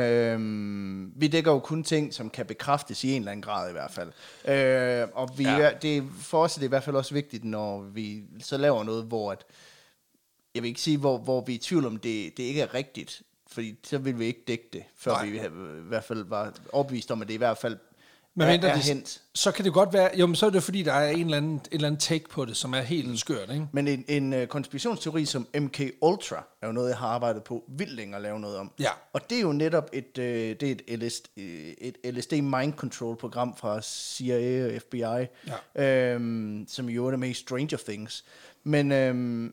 Øhm, vi dækker jo kun ting, som kan bekræftes i en eller anden grad i hvert fald. Øh, og vi, ja. det, for os er det i hvert fald også vigtigt, når vi så laver noget, hvor at, jeg vil ikke sige, hvor, hvor vi er i tvivl om, det, det ikke er rigtigt, fordi så vil vi ikke dække det, før Nej. vi i hvert fald var overbevist om, at det i hvert fald men er, er det, hent. Så kan det godt være, jo, men så er det fordi, der er en eller anden, en eller anden take på det, som er helt skørt, ikke? Men en, en uh, konspirationsteori som M K Ultra er jo noget, jeg har arbejdet på vildt længe at lave noget om. Ja. Og det er jo netop et, uh, det er et, L S D, et L S D mind control program fra C I A og F B I, ja. øhm, som jo er med i Stranger Things. Men, øhm,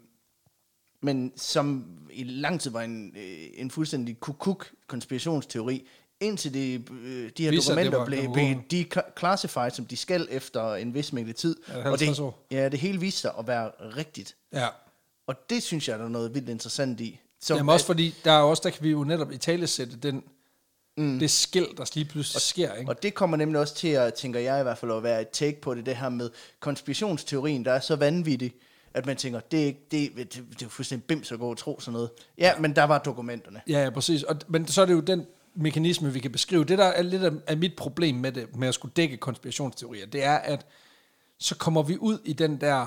men som i lang tid var en, en fuldstændig kukuk konspirationsteori, indtil de, de her Viser, dokumenter var, blev, blev declassified, som de skal efter en vis mængde tid. Ja, og det, ja, det hele viste sig at være rigtigt. Ja. Og det synes jeg, der er noget vildt interessant i. Som Jamen også fordi, der er også, der kan vi jo netop i tale sætte den, mm. det skæld, der lige pludselig og, sker. Ikke? Og det kommer nemlig også til at, tænker jeg i hvert fald, at være et take på det, det her med konspirationsteorien, der er så vanvittig, at man tænker, det er, det, det, det, det er jo fuldstændig bims at gå og tro sådan noget. Ja, ja. Men der var dokumenterne. Ja, ja, præcis. Og, men så er det jo den mekanisme, vi kan beskrive. Det, der er lidt af, af mit problem med det, med at skulle dække konspirationsteorier, det er, at så kommer vi ud i den der,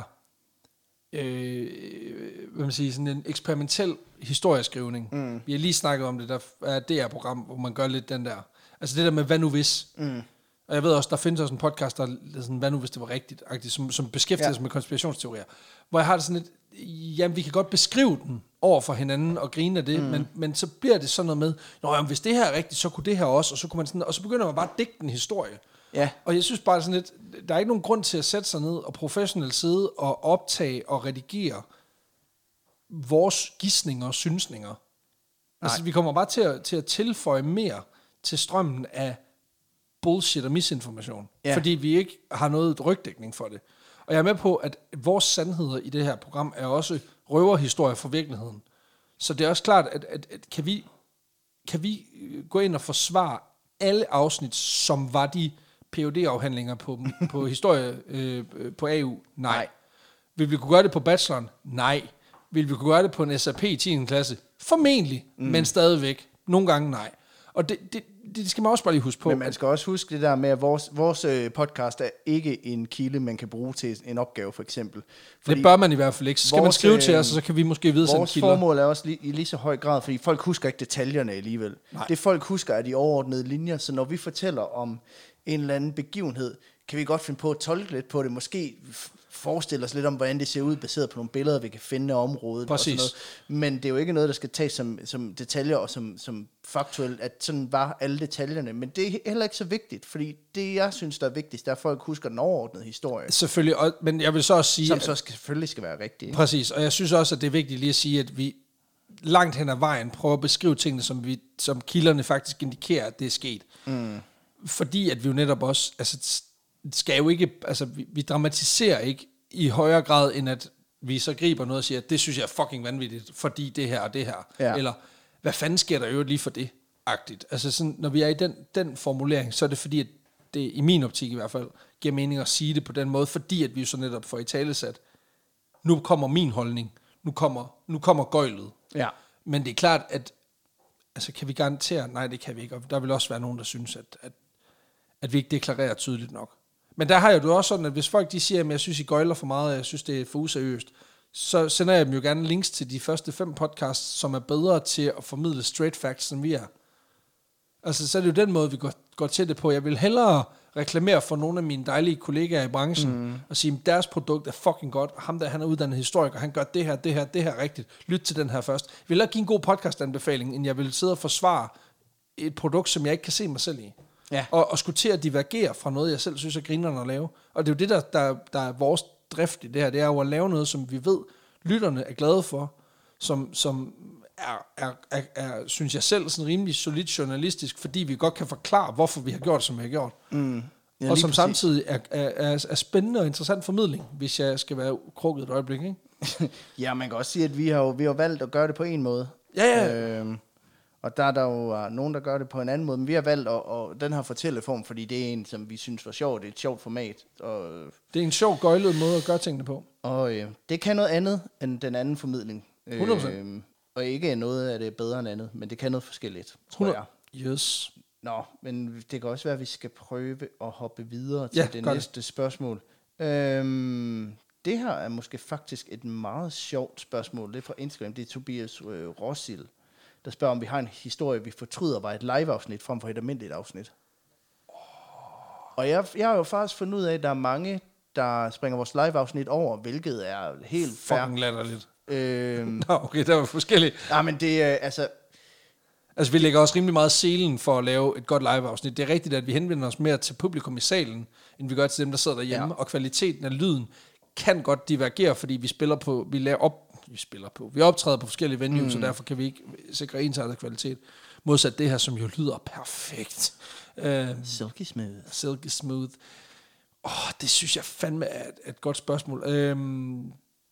øh, hvad man siger, sådan en eksperimentel historieskrivning. Mm. Vi har lige snakket om det, der er det her program, hvor man gør lidt den der, altså det der med, hvad nu hvis? Mm. Og jeg ved også, der findes også en podcast, der er sådan, hvad nu hvis det var rigtigt, som, som beskæftiger ja. sig med konspirationsteorier, hvor jeg har det sådan lidt, jamen vi kan godt beskrive den over for hinanden og grine af det, mm. men, men så bliver det sådan noget med, nå jamen, hvis det her er rigtigt, så kunne det her også, og så kunne man sådan, og så begynder man bare at digte en historie. Ja. Og jeg synes bare sådan lidt, der er ikke nogen grund til at sætte sig ned og professionelt sidde og optage og redigere vores gidsninger og synsninger. Altså vi kommer bare til at, til at tilføje mere til strømmen af bullshit og misinformation, ja. Fordi vi ikke har noget rygdækning for det. Og jeg er med på, at vores sandheder i det her program er også røverhistorier fra virkeligheden. Så det er også klart, at, at, at kan, vi, kan vi gå ind og forsvare alle afsnit, som var de P H D-afhandlinger på, på historie øh, på A U? Nej. Nej. Vil vi kunne gøre det på bacheloren? Nej. Vil vi kunne gøre det på en S A P i tiende klasse? Formentlig, mm. men stadigvæk. Nogle gange nej. Og det, det, det skal man også bare lige huske på. Men man skal også huske det der med, at vores, vores podcast er ikke en kilde, man kan bruge til en opgave, for eksempel. Fordi det bør man i hvert fald ikke. Så skal vores, man skrive til os, og så kan vi måske vide sådan vores kilder. Vores formål er også lige, i lige så høj grad, fordi folk husker ikke detaljerne alligevel. Nej. Det folk husker er de overordnede linjer, så når vi fortæller om en eller anden begivenhed, kan vi godt finde på at tolke lidt på det. Måske forestille os lidt om, hvordan det ser ud, baseret på nogle billeder, vi kan finde af området. Præcis. Og sådan noget. Men det er jo ikke noget, der skal tages som, som detaljer og som, som faktuelt, at sådan var alle detaljerne. Men det er heller ikke så vigtigt, fordi det, jeg synes, der er vigtigst, det er, at folk husker den overordnede historie. Selvfølgelig, og, men jeg vil så også sige... Som så skal, selvfølgelig skal være rigtigt. Præcis, og jeg synes også, at det er vigtigt lige at sige, at vi langt hen ad vejen prøver at beskrive tingene, som, vi, som kilderne faktisk indikerer, at det er sket. Mm. Fordi at vi jo netop også... Altså, skal jo ikke, altså vi, vi dramatiserer ikke i højere grad, end at vi så griber noget og siger, at det synes jeg er fucking vanvittigt, fordi det her og det her. Ja. Eller, hvad fanden sker der jo lige for det? Agtigt. Altså sådan, når vi er i den, den formulering, så er det fordi, at det i min optik i hvert fald, giver mening at sige det på den måde, fordi at vi jo så netop får i talesat, nu kommer min holdning, nu kommer, nu kommer gøjlet. Ja. Men det er klart, at altså kan vi garantere, nej det kan vi ikke, og der vil også være nogen, der synes, at, at, at vi ikke deklarerer tydeligt nok. Men der har jeg jo også sådan, at hvis folk de siger, at jeg synes, I gøjler for meget, og jeg synes, det er for useriøst, så sender jeg dem jo gerne links til de første fem podcasts, som er bedre til at formidle straight facts, end vi er. Altså, så er det jo den måde, vi går, går til det på. Jeg vil hellere reklamere for nogle af mine dejlige kollegaer i branchen, mm. og sige, at deres produkt er fucking godt, og ham der, han er uddannet historiker, han gør det her, det her, det her rigtigt. Lyt til den her først. Jeg vil hellere give en god podcast-anbefaling, end jeg vil sidde og forsvare et produkt, som jeg ikke kan se mig selv i. Ja. Og, og skulle til at divergere fra noget, jeg selv synes er grinerende at lave. Og det er jo det, der, der, der er vores drift i det her. Det er jo at lave noget, som vi ved, lytterne er glade for, som, som er, er, er, er, synes jeg selv, sådan rimelig solidt journalistisk, fordi vi godt kan forklare, hvorfor vi har gjort, som vi har gjort. Mm. Ja, og som præcis. Samtidig er, er, er, er spændende og interessant formidling, hvis jeg skal være krukket et øjeblik, ikke? Ja, man kan også sige, at vi har, vi har valgt at gøre det på en måde. Ja, ja. Øhm. Og der er der jo uh, nogen, der gør det på en anden måde. Men vi har valgt at, at den her fortælleform, fordi det er en, som vi synes var sjovt. Det er et sjovt format. Og, det er en sjov, gøjlet måde at gøre tingene på. Og øh, det kan noget andet end den anden formidling. hundrede procent. Øh, og ikke noget af det bedre end andet, men det kan noget forskelligt, tror jeg. Yes. Nå, men det kan også være, at vi skal prøve at hoppe videre til ja, det næste det. spørgsmål. Øhm, det her er måske faktisk et meget sjovt spørgsmål. Det er fra Instagram. Det er Tobias øh, Rosil, der spørger, om vi har en historie, vi fortryder var et live-afsnit, frem for et almindeligt afsnit. Oh. Og jeg, jeg har jo faktisk fundet ud af, at der er mange, der springer vores live-afsnit over, hvilket er helt fair. Fucking latterligt. Øhm, Nå, okay, det var forskelligt. Ja, men det er, altså... Altså, vi lægger også rimelig meget selen for at lave et godt live-afsnit. Det er rigtigt, at vi henvender os mere til publikum i salen, end vi gør til dem, der sidder derhjemme. Ja. Og kvaliteten af lyden kan godt divergere, fordi vi spiller på... Vi laver op... vi spiller på. Vi optræder på forskellige venues, mm. så derfor kan vi ikke sikre ensartet kvalitet. Modsat det her, som jo lyder perfekt. Uh, silky smooth. Silky smooth. Åh, oh, det synes jeg fandme er et, et godt spørgsmål. Um,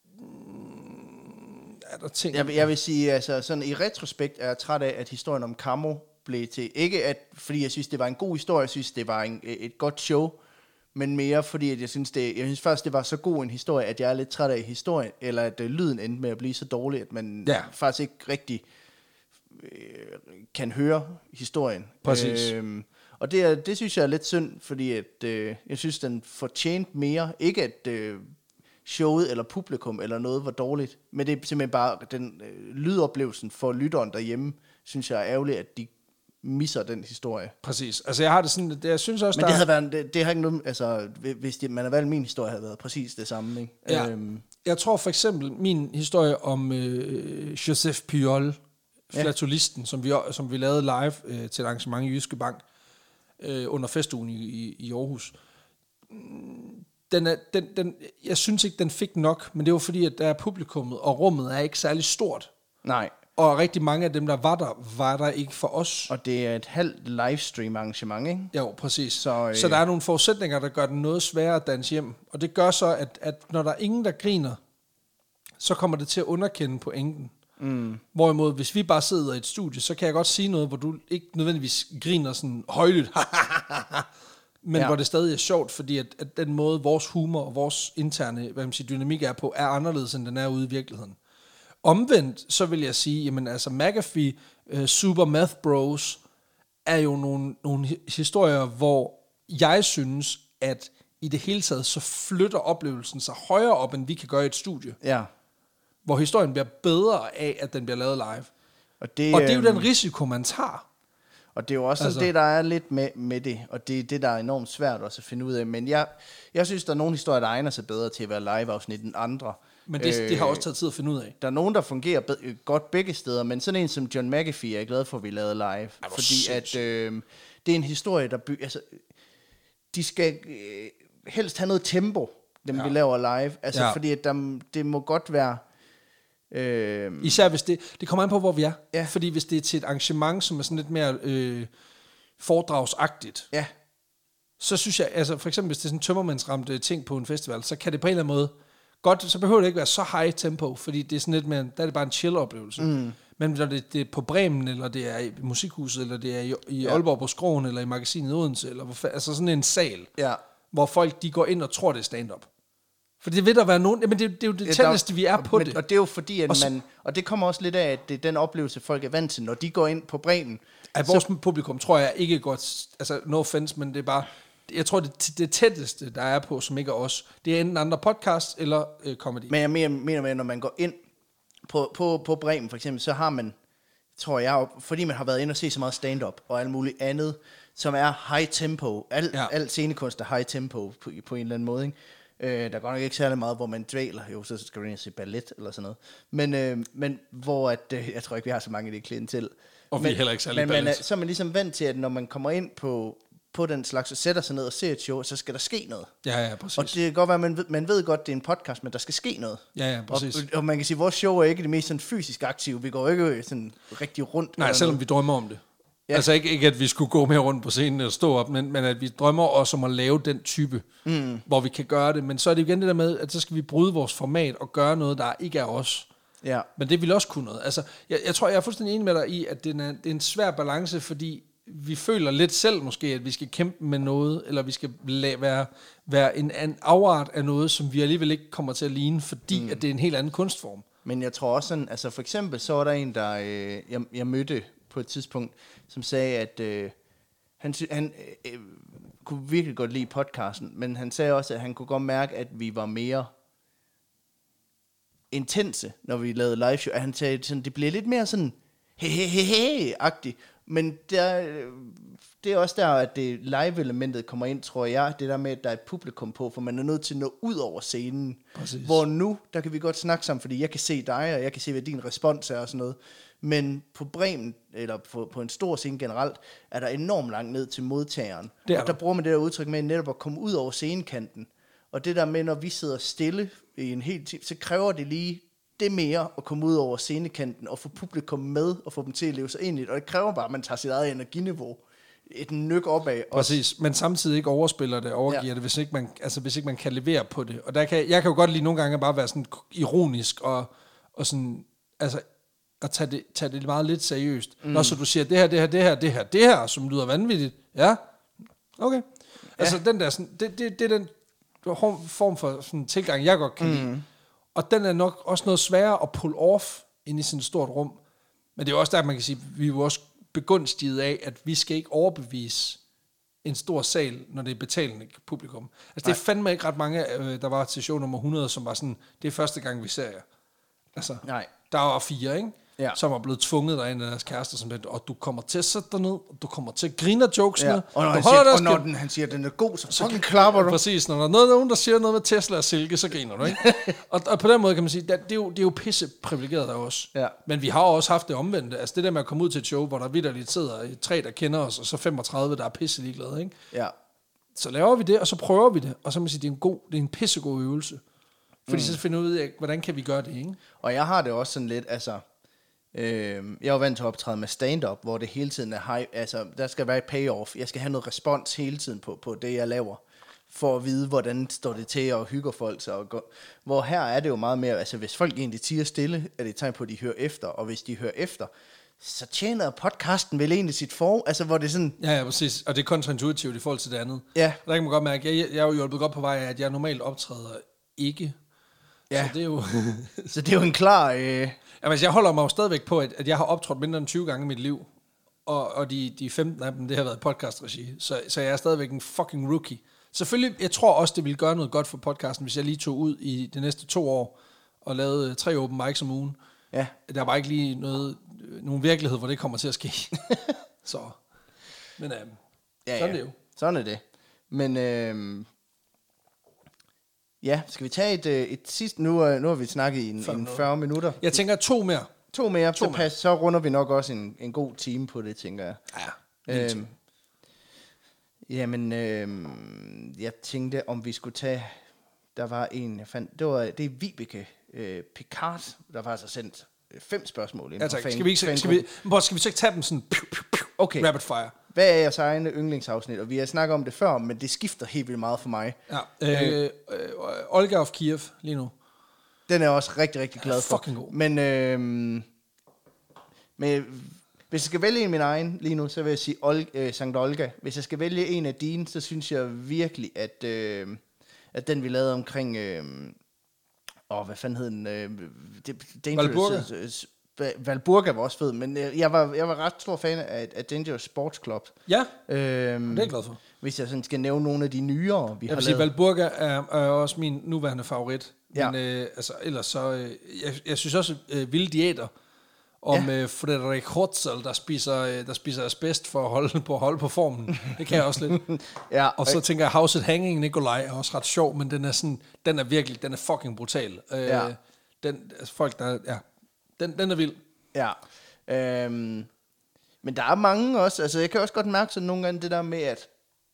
er der ting? Jeg, jeg vil sige, altså sådan i retrospekt er jeg træt af, at historien om Camo blev til, ikke at, fordi jeg synes, det var en god historie, jeg synes, det var en, et godt show, men mere fordi, at jeg synes, det, jeg synes først, det var så god en historie, at jeg er lidt træt af historien, eller at uh, lyden endte med at blive så dårlig, at man ja. faktisk ikke rigtig øh, kan høre historien. Præcis. Øh, og det, er, det synes jeg er lidt synd, fordi at, øh, jeg synes, den fortjente mere. Ikke at øh, showet eller publikum eller noget var dårligt, men det er simpelthen bare den øh, lydoplevelsen for lytteren derhjemme, synes jeg er ærgerligt, at de misser den historie. Præcis. Altså jeg har det sådan, det, jeg synes også, men der det havde været, det, det har ikke noget, altså hvis det, man havde valgt min historie, havde været præcis det samme, ikke? Ja. Øhm. Jeg tror for eksempel min historie om øh, Joseph Pujol, flatulisten, ja. som vi som vi lavede live øh, til et arrangement i Jyske Bank øh, under festugen i, i, i Aarhus. Den er, den, den, jeg synes ikke, den fik nok, men det var fordi, at der er publikummet, og rummet er ikke særlig stort. Nej. Og rigtig mange af dem, der var der, var der ikke for os. Og det er et halvt livestream arrangement, ikke? Jo, præcis. Så, øh... så der er nogle forudsætninger, der gør den noget sværere at danse hjem. Og det gør så, at, at når der er ingen, der griner, så kommer det til at underkende pointen. Mm. Hvorimod, hvis vi bare sidder i et studie, så kan jeg godt sige noget, hvor du ikke nødvendigvis griner sådan højlydt, men ja. Hvor det stadig er sjovt, fordi at, at den måde, vores humor og vores interne hvad man siger, dynamik er på, er anderledes, end den er ude i virkeligheden. Omvendt, så vil jeg sige, jamen altså McAfee, uh, Super Math Bros, er jo nogle, nogle historier, hvor jeg synes, at i det hele taget, så flytter oplevelsen sig højere op, end vi kan gøre i et studie. Ja. Hvor historien bliver bedre af, at den bliver lavet live. Og det, og det er jo den risiko, man tager. Og det er jo også altså. det, der er lidt med, med det, og det er det, der er enormt svært også at finde ud af. Men jeg, jeg synes, der er nogle historier, der egner sig bedre til at være live-afsnit end andre. Men det, øh, det har også taget tid at finde ud af. Der er nogen, der fungerer be- godt begge steder, men sådan en som John McAfee er jeg glad for, at vi lavede live. Ej, fordi at, øh, det er en historie, der bygger... Altså, de skal øh, helst have noget tempo, dem ja. vi laver live. Altså, ja. fordi at der, det må godt være... Øh, Især hvis det... Det kommer an på, hvor vi er. Ja. Fordi hvis det er til et arrangement, som er sådan lidt mere øh, foredragsagtigt, ja. så synes jeg... Altså, for eksempel, hvis det er sådan en tømmermandsramte ting på en festival, så kan det på en eller anden måde... Godt, så behøver det ikke være så high tempo, fordi det er sådan lidt mere... Der er det bare en chill-oplevelse. Mm. Men når det, det er på Bremen, eller det er i Musikhuset, eller det er i, i ja. Aalborg på Skroen, eller i Magasinet Odense, eller hvor, altså sådan en sal, ja. hvor folk de går ind og tror, det er stand-up. For det vil der være nogen... Jamen det, det er jo det ja, tætteste, vi er på men, det. Og det er jo fordi, at og så, man... Og det kommer også lidt af, at det er den oplevelse, folk er vant til, når de går ind på Bremen. At vores så, publikum, tror jeg ikke godt... Altså, no offense, men det er bare... Jeg tror, det, det tætteste, der er på, som ikke er os, det er enten andre podcasts eller øh, comedy. Men jeg mener, mener med, når man går ind på, på, på Bremen for eksempel, så har man, tror jeg, fordi man har været inde og se så meget stand-up og alt muligt andet, som er high tempo. Al, ja. al scenekunst er high tempo på, på en eller anden måde, ikke? Øh, der går nok ikke særlig meget, hvor man dvæler. Jo, så skal du ind og se ballet eller sådan noget. Men, øh, men hvor at, øh, jeg tror ikke, vi har så mange i det klientel. Og men, vi er heller ikke særlig men ballet. Man er, så er man ligesom vant til, at når man kommer ind på på den slags, og sætter sig ned og ser et show, så skal der ske noget. Ja, ja, præcis. Og det kan godt være, at man ved, man ved godt, det er en podcast, men der skal ske noget. Ja, ja, præcis. Og, og man kan sige, at vores show er ikke det mest sådan fysisk aktive. Vi går ikke sådan rigtig rundt. Nej, selvom noget. Vi drømmer om det. Ja. Altså ikke, ikke, at vi skulle gå mere rundt på scenen og stå op, men, men at vi drømmer også om at lave den type, mm. hvor vi kan gøre det. Men så er det igen det der med, at så skal vi bryde vores format og gøre noget, der ikke er os. Ja. Men det vil også kunne noget. Altså, jeg, jeg tror, jeg er fuldstændig enig med dig i, at det er, det er en svær balance, fordi vi føler lidt selv måske, at vi skal kæmpe med noget, eller vi skal la- være, være en, en afart af noget, som vi alligevel ikke kommer til at ligne, fordi mm. at det er en helt anden kunstform. Men jeg tror også sådan, altså for eksempel, så var der en, der øh, jeg, jeg mødte på et tidspunkt, som sagde, at øh, han, han øh, kunne virkelig godt lide podcasten, men han sagde også, at han kunne godt mærke, at vi var mere intense, når vi lavede live show. At han sagde, sådan, det bliver lidt mere sådan, he-he-he-he-agtigt. Men der, det er også der, at det live-elementet kommer ind, tror jeg. Det der med, at der er et publikum på, for man er nødt til at nå ud over scenen. Præcis. Hvor nu, der kan vi godt snakke sammen, fordi jeg kan se dig, og jeg kan se, hvad din respons er og sådan noget. Men på Bremen, eller på, på en stor scene generelt, er der enormt langt ned til modtageren. Og der, der bruger man det der udtryk med netop at komme ud over scenekanten. Og det der med, når vi sidder stille i en hel time, så kræver det lige det mere at komme ud over scenekanten og få publikum med og få dem til at leve sig ind i det. Og det kræver bare, at man tager sit eget energiniveau et nyk opad. Præcis, men samtidig ikke overspiller det, overgiver ja. det, hvis ikke, man, altså, hvis ikke man kan levere på det. Og der kan, jeg kan jo godt lide nogle gange bare være sådan ironisk og, og sådan, altså, at tage det, tage det meget lidt seriøst. Mm. Når så du siger, det her, det her, det her, det her, det her, som lyder vanvittigt. Ja, okay. Ja. Altså, den der, sådan, det, det, det er den form for sådan, tilgang, jeg godt kan mm. lide. Og den er nok også noget sværere at pull off ind i sådan et stort rum. Men det er også der, man kan sige, vi er jo også begunstiget af, at vi skal ikke overbevise en stor sal, når det er betalende publikum. Altså, det er fandme ikke ret mange, der var til show nummer hundrede, som var sådan, det er første gang, vi ser jer. Altså, Nej. Der var fire, ikke? Ja. Som er blevet tvunget derind af deres kærester, som det, og du kommer til at sætte dig ned, og du kommer til at grine af jokesene. Ja. Og når, han siger, og når den, han siger, at den er god, så fucking klapper du. Præcis, når der er noget, nogen, der siger noget med Tesla og Silke, så griner du, ikke? og, og på den måde kan man sige, det er jo, det er jo pisse privilegeret der også. Ja. Men vi har også haft det omvendte. Altså det der med at komme ud til et show, hvor der vitterligt sidder tre, der kender os, og så femogtredive, der er pisse ligeglade, ikke? Ja. Så laver vi det, og så prøver vi det, og så må man sige, det er en god, det er en pissegod øvelse. Fordi mm. så finder vi ud af, hvordan kan vi gøre det, ikke? Og jeg har det også sådan lidt, altså, øh, jeg er jo vant til at optræde med stand-up, hvor det hele tiden er high, altså, der skal være payoff. Jeg skal have noget respons hele tiden på, på det, jeg laver. for at vide, hvordan står det til, og hygger folk sig. Og går. Hvor her er det jo meget mere, altså hvis folk egentlig tiger stille, er det et tegn på, at de hører efter, og hvis de hører efter, så tjener podcasten vel egentlig sit for, altså hvor det er sådan... Ja, ja, præcis, og det er kontraintuitivt i forhold til det andet. Ja. Og der kan man godt mærke, jeg, jeg er jo hjulpet godt på vej af, at jeg normalt optræder ikke. Ja. Så det er jo... så det er jo en klar... Øh... Jamen, jeg holder mig jo stadigvæk på, at, at jeg har optrådt mindre end tyve gange i mit liv, og, og de, de femten af dem, det har været podcast-regi, så, så jeg er stadigvæk en fucking rookie. Selvfølgelig, jeg tror også, det ville gøre noget godt for podcasten, hvis jeg lige tog ud i de næste to år, og lavede tre open mics om ugen. Ja. Der var ikke lige noget, nogen virkelighed, hvor det kommer til at ske. så, men øh, ja, sådan ja. er det jo. Sådan er det. Men... Øh... Ja, skal vi tage et, et sidste... Nu, nu har vi snakket i en, en fyrre minutter. Jeg tænker to mere. To mere, to så, pas, så runder vi nok også en, en god time på det, tænker jeg. Ja, øhm, Jamen, øhm, jeg tænkte, om vi skulle tage... Der var en, jeg fandt... Det, var, det er Vibeke øh, Picard, der faktisk har sendt fem spørgsmål ind. Ja, tak. Fan, skal, vi ikke, skal, vi, skal, skal vi så ikke tage dem sådan... Piu, piu, piu, okay. Rapid fire. Hvad er jeres egne yndlingsafsnit? Og vi har snakket om det før, men det skifter helt vildt meget for mig. Ja. Øh, øh, Olga of Kiev lige nu. Den er jeg også rigtig, rigtig glad for. Fucking god. Men, øh, men hvis jeg skal vælge en af min egen lige nu, så vil jeg sige Ol- øh, Sankt Olga. Hvis jeg skal vælge en af dine, så synes jeg virkelig, at, øh, at den vi lavede omkring... Øh, åh, hvad fanden hed den? Øh, Valburga. Valburga var også fed, men jeg var, jeg var ret stor fan af, af Dangerous Sports Club. Ja, øhm, det er jeg glad for. Hvis jeg sådan skal nævne nogle af de nyere, vi jeg har sige, lavet. Valburga er, er også min nuværende favorit. Ja. Men øh, altså, ellers så... Øh, jeg, jeg synes også, øh, Vilde Diæter om Ja. øh, Frederik Hortzel, der spiser, øh, der spiser asbest for at holde på, holde på formen. Det kan jeg også lidt. Ja, Og så tænker jeg, House at Hanging Nikolaj er også ret sjov, men den er sådan, den er virkelig, den er fucking brutal. Øh, Ja. Den, altså folk, der, ja, den, den er vild. Ja. Øhm, men der er mange også, altså jeg kan også godt mærke sådan nogle gange det der med, at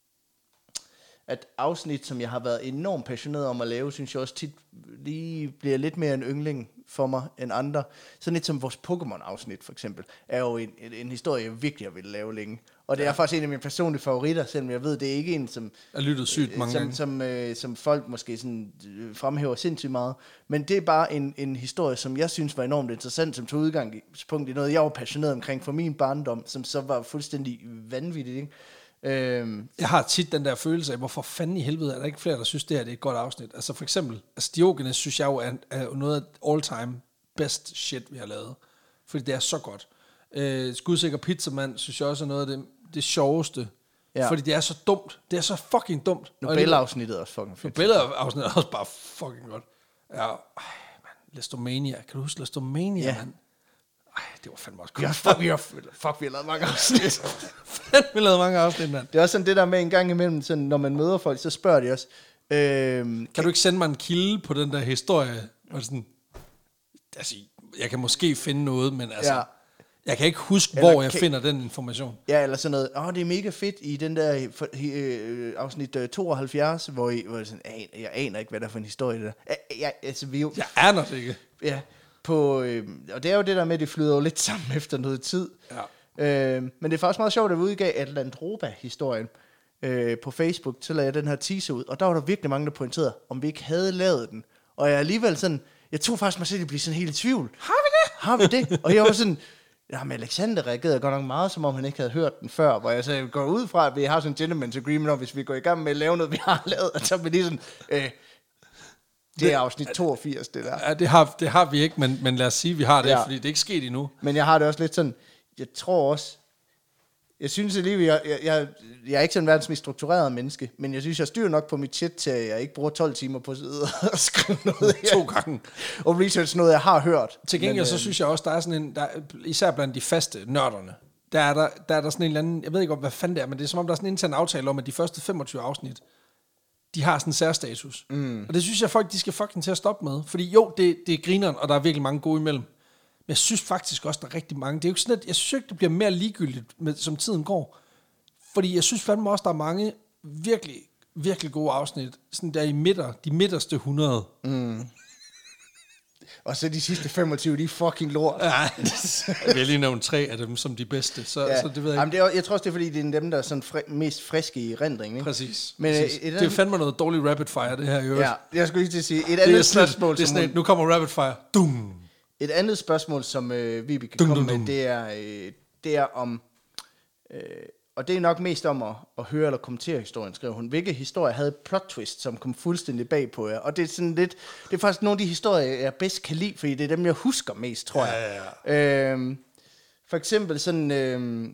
at afsnit, som jeg har været enormt passioneret om at lave, synes jeg også tit lige bliver lidt mere en yndling for mig end andre. Sådan lidt som vores Pokémon-afsnit for eksempel, er jo en, en, en historie, jeg virkelig har ville lave længe. Og det er ja. faktisk en af mine personlige favoritter, selvom jeg ved, det er ikke en, som... Jeg har lyttet sygt mange som, gange. som, øh, som folk måske sådan, øh, fremhæver sindssygt meget. Men det er bare en, en historie, som jeg synes var enormt interessant, som tog udgangspunkt i noget, jeg var passioneret omkring for min barndom, som så var fuldstændig vanvittigt, ikke? Øhm, Jeg har tit den der følelse af, hvorfor fanden i helvede er der ikke flere, der synes, det her det er et godt afsnit. Altså for eksempel, altså Diogenes synes jeg jo er, er noget af all-time best shit, vi har lavet. Fordi det er så godt. Øh, Skudsikker Pizzamand synes jeg også er noget af det, det sjoveste. Ja. Fordi det er så dumt. Det er så fucking dumt. Nobel-afsnittet er også fucking fedt. Nobel-afsnittet er også bare fucking godt. Ja, ej, man. Lestomania. Kan du huske Lestomania, ja. mand? Ej, det var fandme også godt. Ja, fuck, vi har, fuck, vi har lavet mange afsnit. Fandme, vi har lavet mange afsnit, mand. Det er også sådan det der med en gang imellem, sådan, når man møder folk, så spørger de også, øhm, kan du ikke sende mig en kilde på den der historie? Og sådan, altså, jeg kan måske finde noget, men altså, ja. jeg kan ikke huske, eller hvor jeg kan, finder den information. Ja, eller sådan noget, åh, oh, det er mega fedt i den der for, øh, afsnit øh, tooghalvfjerds, hvor, I, hvor jeg, sådan, jeg, jeg aner ikke, hvad der er for en historie der. Jeg, jeg, altså, vi jo, jeg aner det ikke. Ja, på, øh, og det er jo det der med, at det flyder jo lidt sammen efter noget tid. Ja. Øh, men det er faktisk meget sjovt, at vi udgav Atlantroba-historien øh, på Facebook, så lagde jeg den her teaser ud, og der var der virkelig mange, der pointerede, om vi ikke havde lavet den. Og jeg alligevel sådan, jeg tog faktisk mig selv at blive sådan helt i tvivl. Har vi det? Har vi det? Og jeg var sådan, ja, men Alexander reagerede godt nok meget, som om han ikke havde hørt den før, hvor jeg så går ud fra, at vi har sådan en gentleman's agreement om, hvis vi går i gang med at lave noget, vi har lavet, og så er vi lige sådan, øh, det er afsnit toogfirs, det der. Ja, det har, det har vi ikke, men, men lad os sige, at vi har det, ja. fordi det er ikke sket endnu. Men jeg har det også lidt sådan, jeg tror også, jeg synes alligevel, jeg, jeg, jeg, jeg er ikke sådan verdens mest struktureret menneske, men jeg synes, jeg styrer nok på mit chat til, at jeg ikke bruger tolv timer på at sidde og skrive noget. To gange. Og research noget, jeg har hørt. Til gengæld, men, så øh, synes jeg også, der er sådan en, der, især blandt de faste nørderne, der er der, der er der sådan en eller anden, jeg ved ikke, hvad fanden det er, men det er som om, der er sådan en intern aftale om, at de første femogtyve afsnit, de har sådan en særstatus. Mm. Og det synes jeg, folk de skal fucking til at stoppe med. Fordi jo, det, det er grineren, og der er virkelig mange gode imellem. Men jeg synes faktisk også, der er rigtig mange. Det er jo ikke sådan, at jeg synes ikke, det bliver mere ligegyldigt, med, som tiden går. Fordi jeg synes fandme også, der er mange virkelig, virkelig gode afsnit. Sådan der i midter, de midterste hundrede. Mm. Og så de sidste femogtyve, de er fucking lort. Ja, vi har lige nævnt tre af dem som de bedste, så, ja. så det ved jeg Jamen, det er, jeg tror også, det er fordi, det er dem, der er sådan fri, mest friske i rendringen. Ikke? Præcis. Men, præcis. Et, et det er fandme noget dårligt rapid fire, det her. Jo. Ja, jeg skulle lige til at sige, et andet spørgsmål, det er sådan, som... nu kommer rapid fire. Dum. Et andet spørgsmål, som øh, vi kan dum, komme dum, dum. med, det er, øh, det er om... Øh, og det er nok mest om at, at høre eller kommentere historien, skriver hun. Hvilke historier havde plot twist, som kom fuldstændig bag på jer? Og det er sådan lidt... Det er faktisk nogle af de historier, jeg bedst kan lide, fordi det er dem, jeg husker mest, tror jeg. Ja, ja. Øhm, for eksempel sådan... Øhm,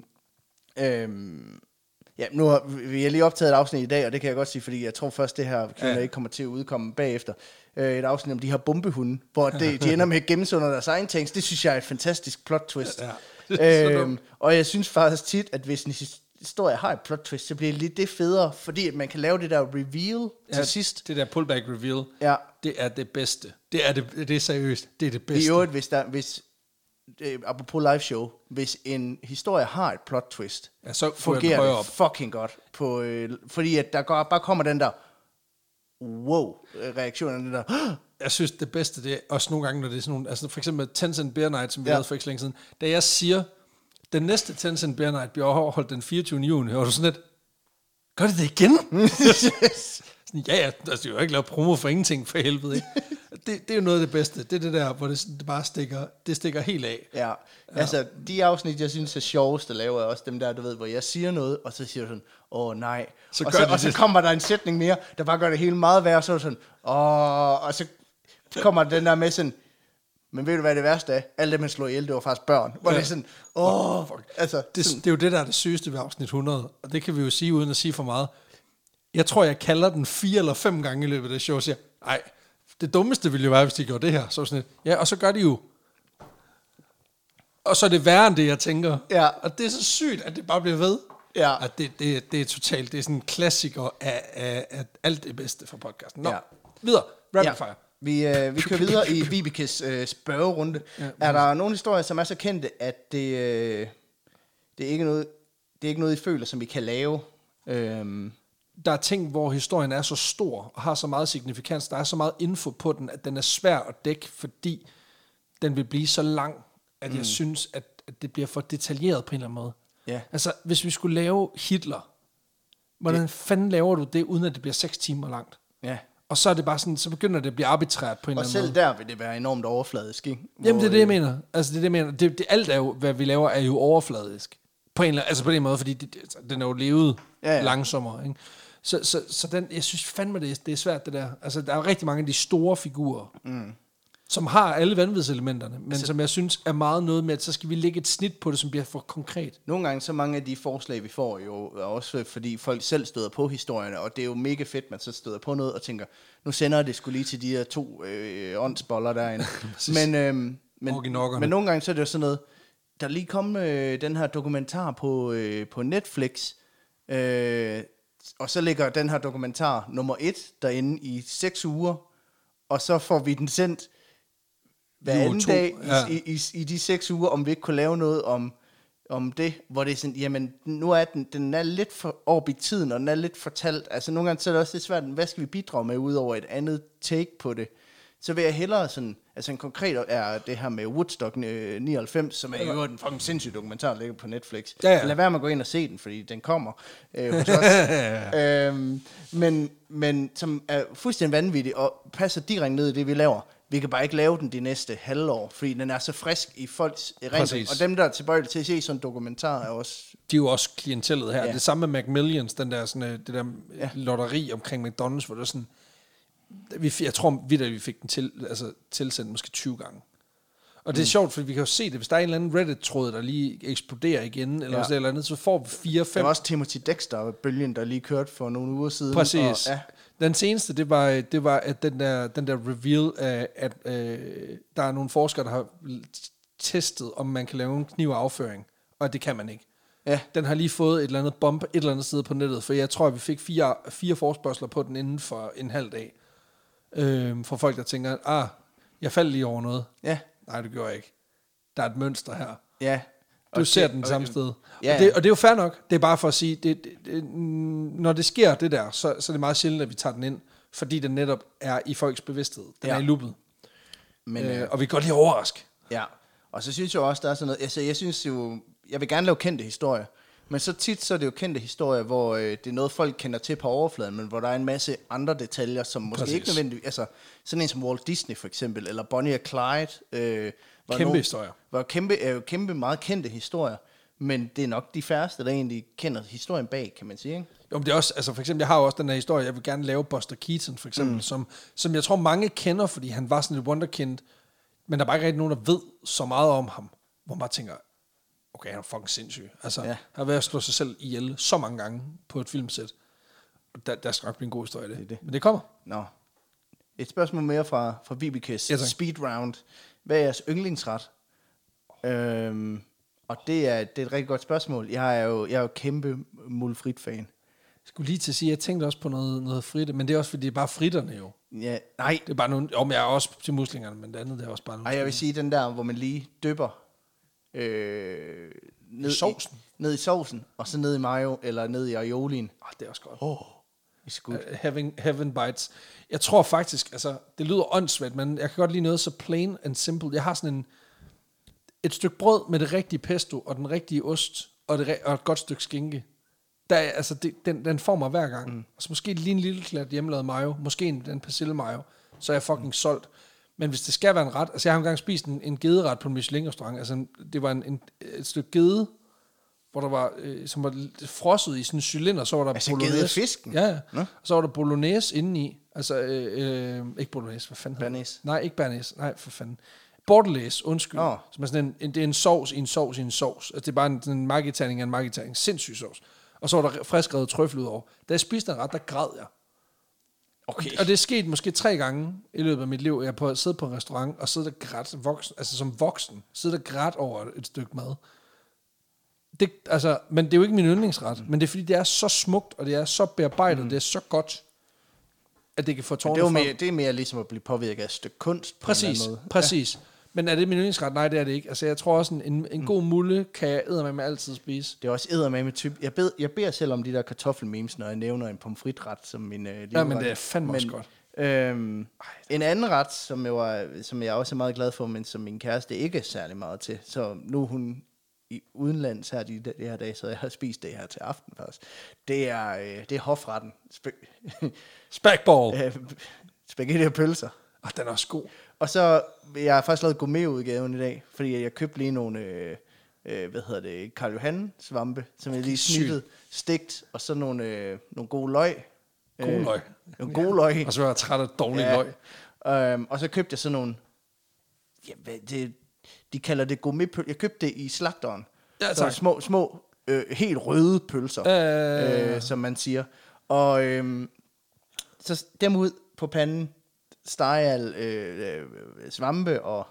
øhm, ja, nu har vi har lige optaget et afsnit i dag, og det kan jeg godt sige, fordi jeg tror først, det her Q and A ja. ikke kommer til at udkomme bagefter. Øh, et afsnit om de her bombehunde, hvor det, de ender med at gemme sig under deres egen tanks. Det synes jeg er et fantastisk plot twist. Ja, øhm, og jeg synes faktisk tit, at hvis en historie har et plot twist, så bliver det lidt det federe, fordi at man kan lave det der reveal ja, til sidst. Det der pullback reveal, ja. det er det bedste. Det er, det, det er seriøst, det er det bedste. I øvrigt, hvis der... Hvis, øh, apropos live show, hvis en historie har et plot twist, ja, så fungerer det op. fucking godt. På, øh, fordi at der går, bare kommer den der wow-reaktionen, den der... Jeg synes, det bedste, det er også nogle gange, når det er sådan nogle... Altså for eksempel Tencent Bear Night, som vi ja. havde for ikke så længe siden. Da jeg siger, den næste Tencent Bear Night bliver overholdt den fireogtyvende juni, og du sådan lidt, gør det det igen? sådan, ja, ja, altså, det er jo ikke lavet promo for ingenting, for helvede, ikke? det, det er jo noget af det bedste. Det er det der, hvor det, det bare stikker, det stikker helt af. Ja. ja, altså de afsnit, jeg synes er sjovest at lave, er også dem der, du ved, hvor jeg siger noget, og så siger du sådan, åh oh, nej. Så og, så, og så kommer der en sætning mere, der bare gør det hele meget værre, og så er du sådan, åh, og så kommer den der med sådan, men ved du hvad det værste er? Alle dem, man slår ihjel, det var faktisk børn. Hvor ja. det er sådan, åh, oh, altså. Det, det er jo det, der er det sygeste ved afsnit hundrede, og det kan vi jo sige, uden at sige for meget. Jeg tror, jeg kalder den fire eller fem gange i løbet af det show, og siger, nej, det dummeste ville jo være, hvis de gjorde det her. Så sådan lidt, ja, og så gør de jo. Og så er det værre end det, jeg tænker. Ja. Og det er så sygt, at det bare bliver ved. Ja. At det, det, det er totalt, det er sådan en klassiker af, af, af alt det bedste for podcasten. Nå, ja. Videre. Rapid ja. fire. Vi, øh, vi kører videre i Vibekes øh, spørgerunde. Ja, er der nogle historier, som er så kendte, at det, øh, det, er ikke noget, det er ikke noget, I føler, som I kan lave? Øhm. Der er ting, hvor historien er så stor, og har så meget signifikans, der er så meget info på den, at den er svær at dække, fordi den vil blive så lang, at mm. jeg synes, at, at det bliver for detaljeret på en eller anden måde. Yeah. Altså, hvis vi skulle lave Hitler, hvordan det. fanden laver du det, uden at det bliver seks timer langt? Ja. Yeah. Og så er det bare sådan, så begynder det at blive arbitrært på en og eller anden måde. Og måde. selv der vil det være enormt overfladisk, ikke? Hvor Jamen, det er det, jeg mener. Altså, det er det, jeg mener. Det, det, alt er jo, hvad vi laver, er jo overfladisk. På en eller anden, altså på den måde, fordi det, det, den er jo levet ja, ja. langsommere, ikke? Så, så, så den, jeg synes fandme, det er, det er svært, det der. Altså, der er rigtig mange af de store figurer, mm. som har alle vanvidselementerne, men altså, som jeg synes er meget noget med, at så skal vi lægge et snit på det, som bliver for konkret. Nogle gange så mange af de forslag, vi får jo, er også fordi folk selv støder på historierne, og det er jo mega fedt, man så støder på noget og tænker, nu sender det skulle lige til de her to øh, åndsboller derinde. men, øh, men, men nogle gange så er det jo sådan noget, der lige kom øh, den her dokumentar på, øh, på Netflix, øh, og så ligger den her dokumentar nummer et derinde i seks uger, og så får vi den sendt hver anden to. dag ja. i, i, i de seks uger, om vi ikke kunne lave noget om, om det, hvor det er sådan, jamen, nu er den, den er lidt for op i tiden, og den er lidt fortalt. Altså, nogle gange så er det også lidt svært, hvad skal vi bidrage med, ud over et andet take på det? Så vil jeg hellere sådan, altså en konkret er det her med Woodstock nioghalvfems, som er jo en fucking sindssyg dokumentar, der ligger på Netflix. Ja, ja. Lad være med at gå ind og se den, fordi den kommer øh, hos os. øhm, men, men som er fuldstændig vanvittig, og passer direkte ned i det, vi laver. Vi kan bare ikke lave den de næste halvår, fordi den er så frisk i folks erindring. Og dem, der er tilbøjelige til at se sådan en dokumentar, er også... De er jo også klientellet her. Ja. Det samme med McMillions, den der, sådan, det der ja. lotteri omkring McDonald's, hvor det er sådan... Vi, jeg tror vidt, at vi fik den til, altså, tilsendt måske tyve gange. Og det er mm. sjovt, for vi kan jo se det. Hvis der er en eller anden Reddit-tråd, der lige eksploderer igen, eller ja. også eller andet, så får vi fire, fem... Der var også Timothy Dexter-bølgen, der lige kørte for nogle uger siden. Præcis. Og, ja. Den seneste, det var, det var at den der, den der reveal af, at øh, der er nogle forskere, der har testet, om man kan lave en kniv afføring, og det kan man ikke. Ja. Den har lige fået et eller andet bump et eller andet sted på nettet, for jeg tror, at vi fik fire, fire forespørgsler på den inden for en halv dag. Øh, for folk, der tænker, ah, jeg faldt lige over noget. Ja. Nej, det gjorde jeg ikke. Der er et mønster her. Ja. Du okay, ser den okay. samme sted. Ja. Og, det, og det er jo fair nok. Det er bare for at sige, det, det, det, når det sker det der, så, så er det meget sjældent, at vi tager den ind, fordi den netop er i folks bevidsthed. Den ja. er i loopet. Men, øh, øh, og vi kan godt lide at overraske. Ja, og så synes jeg også, der er sådan noget, altså jeg synes jo, jeg vil gerne lave kendte historier, men så tit så er det jo kendte historier, hvor øh, det er noget, folk kender til på overfladen, men hvor der er en masse andre detaljer, som måske Præcis. ikke nødvendigvis, altså sådan en som Walt Disney for eksempel, eller Bonnie og Clyde. Øh, var Kæmpe nogle, historier. Var kæmpe, er jo kæmpe, meget kendte historier, men det er nok de færreste, der egentlig kender historien bag, kan man sige, ikke? Jo, men det er også, altså for eksempel, jeg har jo også den her historie, jeg vil gerne lave Buster Keaton, for eksempel, mm. som, som jeg tror mange kender, fordi han var sådan et wonderkind, men der er bare ikke rigtig nogen, der ved så meget om ham, hvor man bare tænker, okay, han er fucking sindssyg. Altså, ja. Han har været at slå sig selv ihjel så mange gange på et filmsæt. Der, der skal nok blive en god historie, det. det, det. Men det kommer. Nå. Et spørgsmål mere fra, fra Vibekes ja, Speed Round. Hvad er jeres yndlingsret? Øhm, og det er, det er et rigtig godt spørgsmål. Jeg er jo, jeg er jo kæmpe mulfrit-fan. Jeg skulle lige til at sige, jeg tænkte også på noget, noget fritte, men det er også, fordi det er bare fritterne jo. Ja, nej. Det er bare nogle, om jeg er også til muslingerne, men det andet det er også bare nogle. Ej, jeg vil sige den der, hvor man lige dypper øh, ned, I sovsen. I, ned i sovsen, og så ned i mayo, eller ned i aiolien. Ah, det er også godt. Åh, oh, uh, heaven, heaven bites. Jeg tror faktisk, altså, det lyder åndssvagt, men jeg kan godt lide noget så plain and simple. Jeg har sådan en, et stykke brød med det rigtige pesto, og den rigtige ost, og, det, og et godt stykke skinke. Der er, altså, det, den, den får mig hver gang. Mm. Og så måske lige en lille klat hjemmelavet mayo, måske en, en persille mayo, så er jeg fucking mm. solgt. Men hvis det skal være en ret, altså jeg har engang spist en, en gederet på en Michelin-restaurant, altså det var en, en, et stykke gede, hvor der var, øh, som var frosset i sådan en cylinder, så var der altså bolognese. Altså fisken? Ja, ja. Og så var der bolognese indeni, altså, øh, øh, ikke bolognese, hvad fanden? Bernaise. Nej, ikke bernaise, nej, for fanden. Bordelaise, undskyld. Oh. Som er sådan en, en, det er en sovs i en sovs i en sovs. Altså det er bare en, en marketerning af en marketerning. Sindssyg sovs. Og så var der friskrevet trøffel ud over. Da jeg spiste en ret, der græd jeg. Okay. Og det er sket måske tre gange i løbet af mit liv. Jeg har siddet på en restaurant og siddet og grædt voksen, altså som voksen, siddet og grædt over et stykke mad. Det, altså, men det er jo ikke min yndlingsret, mm. men det er fordi, det er så smukt, og det er så bearbejdet, mm. det er så godt, at det kan få tårne frem. Det er, det er mere ligesom at blive påvirket af et stykke kunst på præcis, en eller anden måde. Præcis. Ja. Men er det min yndlingsret? Nej, det er det ikke. Altså, jeg tror også, en, en, en god mulle kan jeg eddermame altid spise. Det er også eddermame type. Jeg, bed, jeg beder selv om de der kartoffelmemes, når jeg nævner en pomfritret som min øh, ja, men det er fandme også godt. Øhm, en anden ret, som jeg, var, som jeg også er meget glad for, men som min kæreste ikke er særlig meget til, så nu er hun i udenlands her de, de her dage, så jeg har spist det her til aften faktisk. Det er, øh, det er hofretten. Sp- Spækball. Spaghetti og pølser. Og den er også god. Og så, jeg har faktisk lavet gourmetudgaven i dag, fordi jeg købte lige nogle, øh, øh, hvad hedder det, Karl Johan svampe, som jeg lige snittet, stegt, og så nogle, øh, nogle gode løg. Gode løg. Øh, nogle gode løg. Og så var jeg træt af dårlig ja. løg. Øhm, og så købte jeg sådan nogle, ja, det, de kalder det gourmetpølser. Jeg købte det i slagteren. Ja, så små, små, øh, helt røde pølser, øh, øh, som man siger. Og øh, så dem ud på panden, stege øh, øh, svampe og,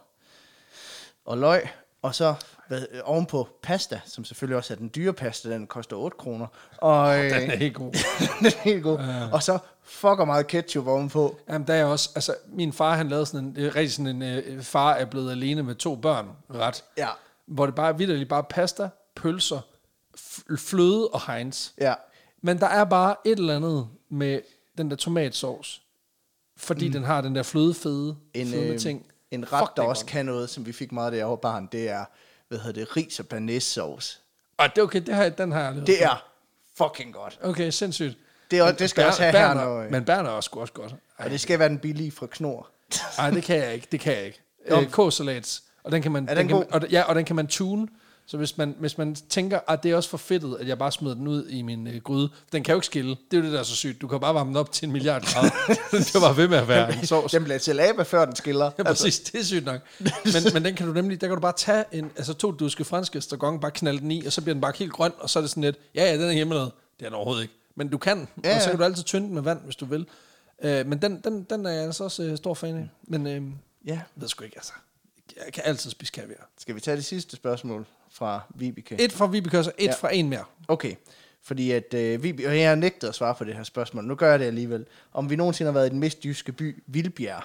og løg, og så hvad, øh, ovenpå pasta, som selvfølgelig også er den dyre pasta, den koster otte kroner. Og, øh, den er helt god. den er helt god. Øh. Og så fucker meget ketchup ovenpå. Jamen, der er også, altså, min far, han lavede sådan en, det er rigtig sådan en, øh, far er blevet alene med to børn, ret. Ja. Hvor det bare er vitterligt bare pasta, pølser, f- fløde og Heinz. Ja. Men der er bare et eller andet med den der tomatsauce, fordi mm. den har den der flødefede en, øh, ting. En ret, der også kan noget, som vi fik meget af det over barn, det er, hvad hedder det, ris og banæssauce. Og det er okay, det har, den har jeg lavet. Det er fucking godt. Okay, sindssygt. Det, er, det skal jeg også have Berner, her. Når, men Berner er også også godt. Ej. Og det skal være den billige fra Knor. Nej, det kan jeg ikke. Det kan jeg ikke. Øh, K-salats. Og den kan man, er den, den kan man, og, ja, og den kan man tune. Så hvis man, hvis man tænker, at det er også for fedtet, at jeg bare smider den ud i min øh, gryde, den kan jo ikke skille. Det er jo det, der er så sygt. Du kan bare varme den op til en milliard grader. Det var bare ved med at være en sovs. Den bliver til lava, før den skiller. Ja, præcis. Det er sygt nok. Men, men den kan du nemlig, der kan du bare tage en, altså to duske franske estragon, bare knalde den i, og så bliver den bare helt grøn, og så er det sådan lidt, ja, ja, den er hjemmelavet. Det er den overhovedet ikke. Men du kan, ja, ja. Og så kan du altid tynde den med vand, hvis du vil. Uh, men den, den, den er jeg altså også uh, stor fan af. Men uh, ja, jeg ved sgu ikke, altså. Jeg kan altid spise kaviar. Skal vi tage det sidste spørgsmål fra Vibeke? Et fra Vibeke, og så et ja. fra en mere. Okay, fordi at uh, Vibeke, og jeg har nægtet at svare på det her spørgsmål, nu gør jeg det alligevel. Om vi nogensinde har været i den mest jyske by, Vildbjerg.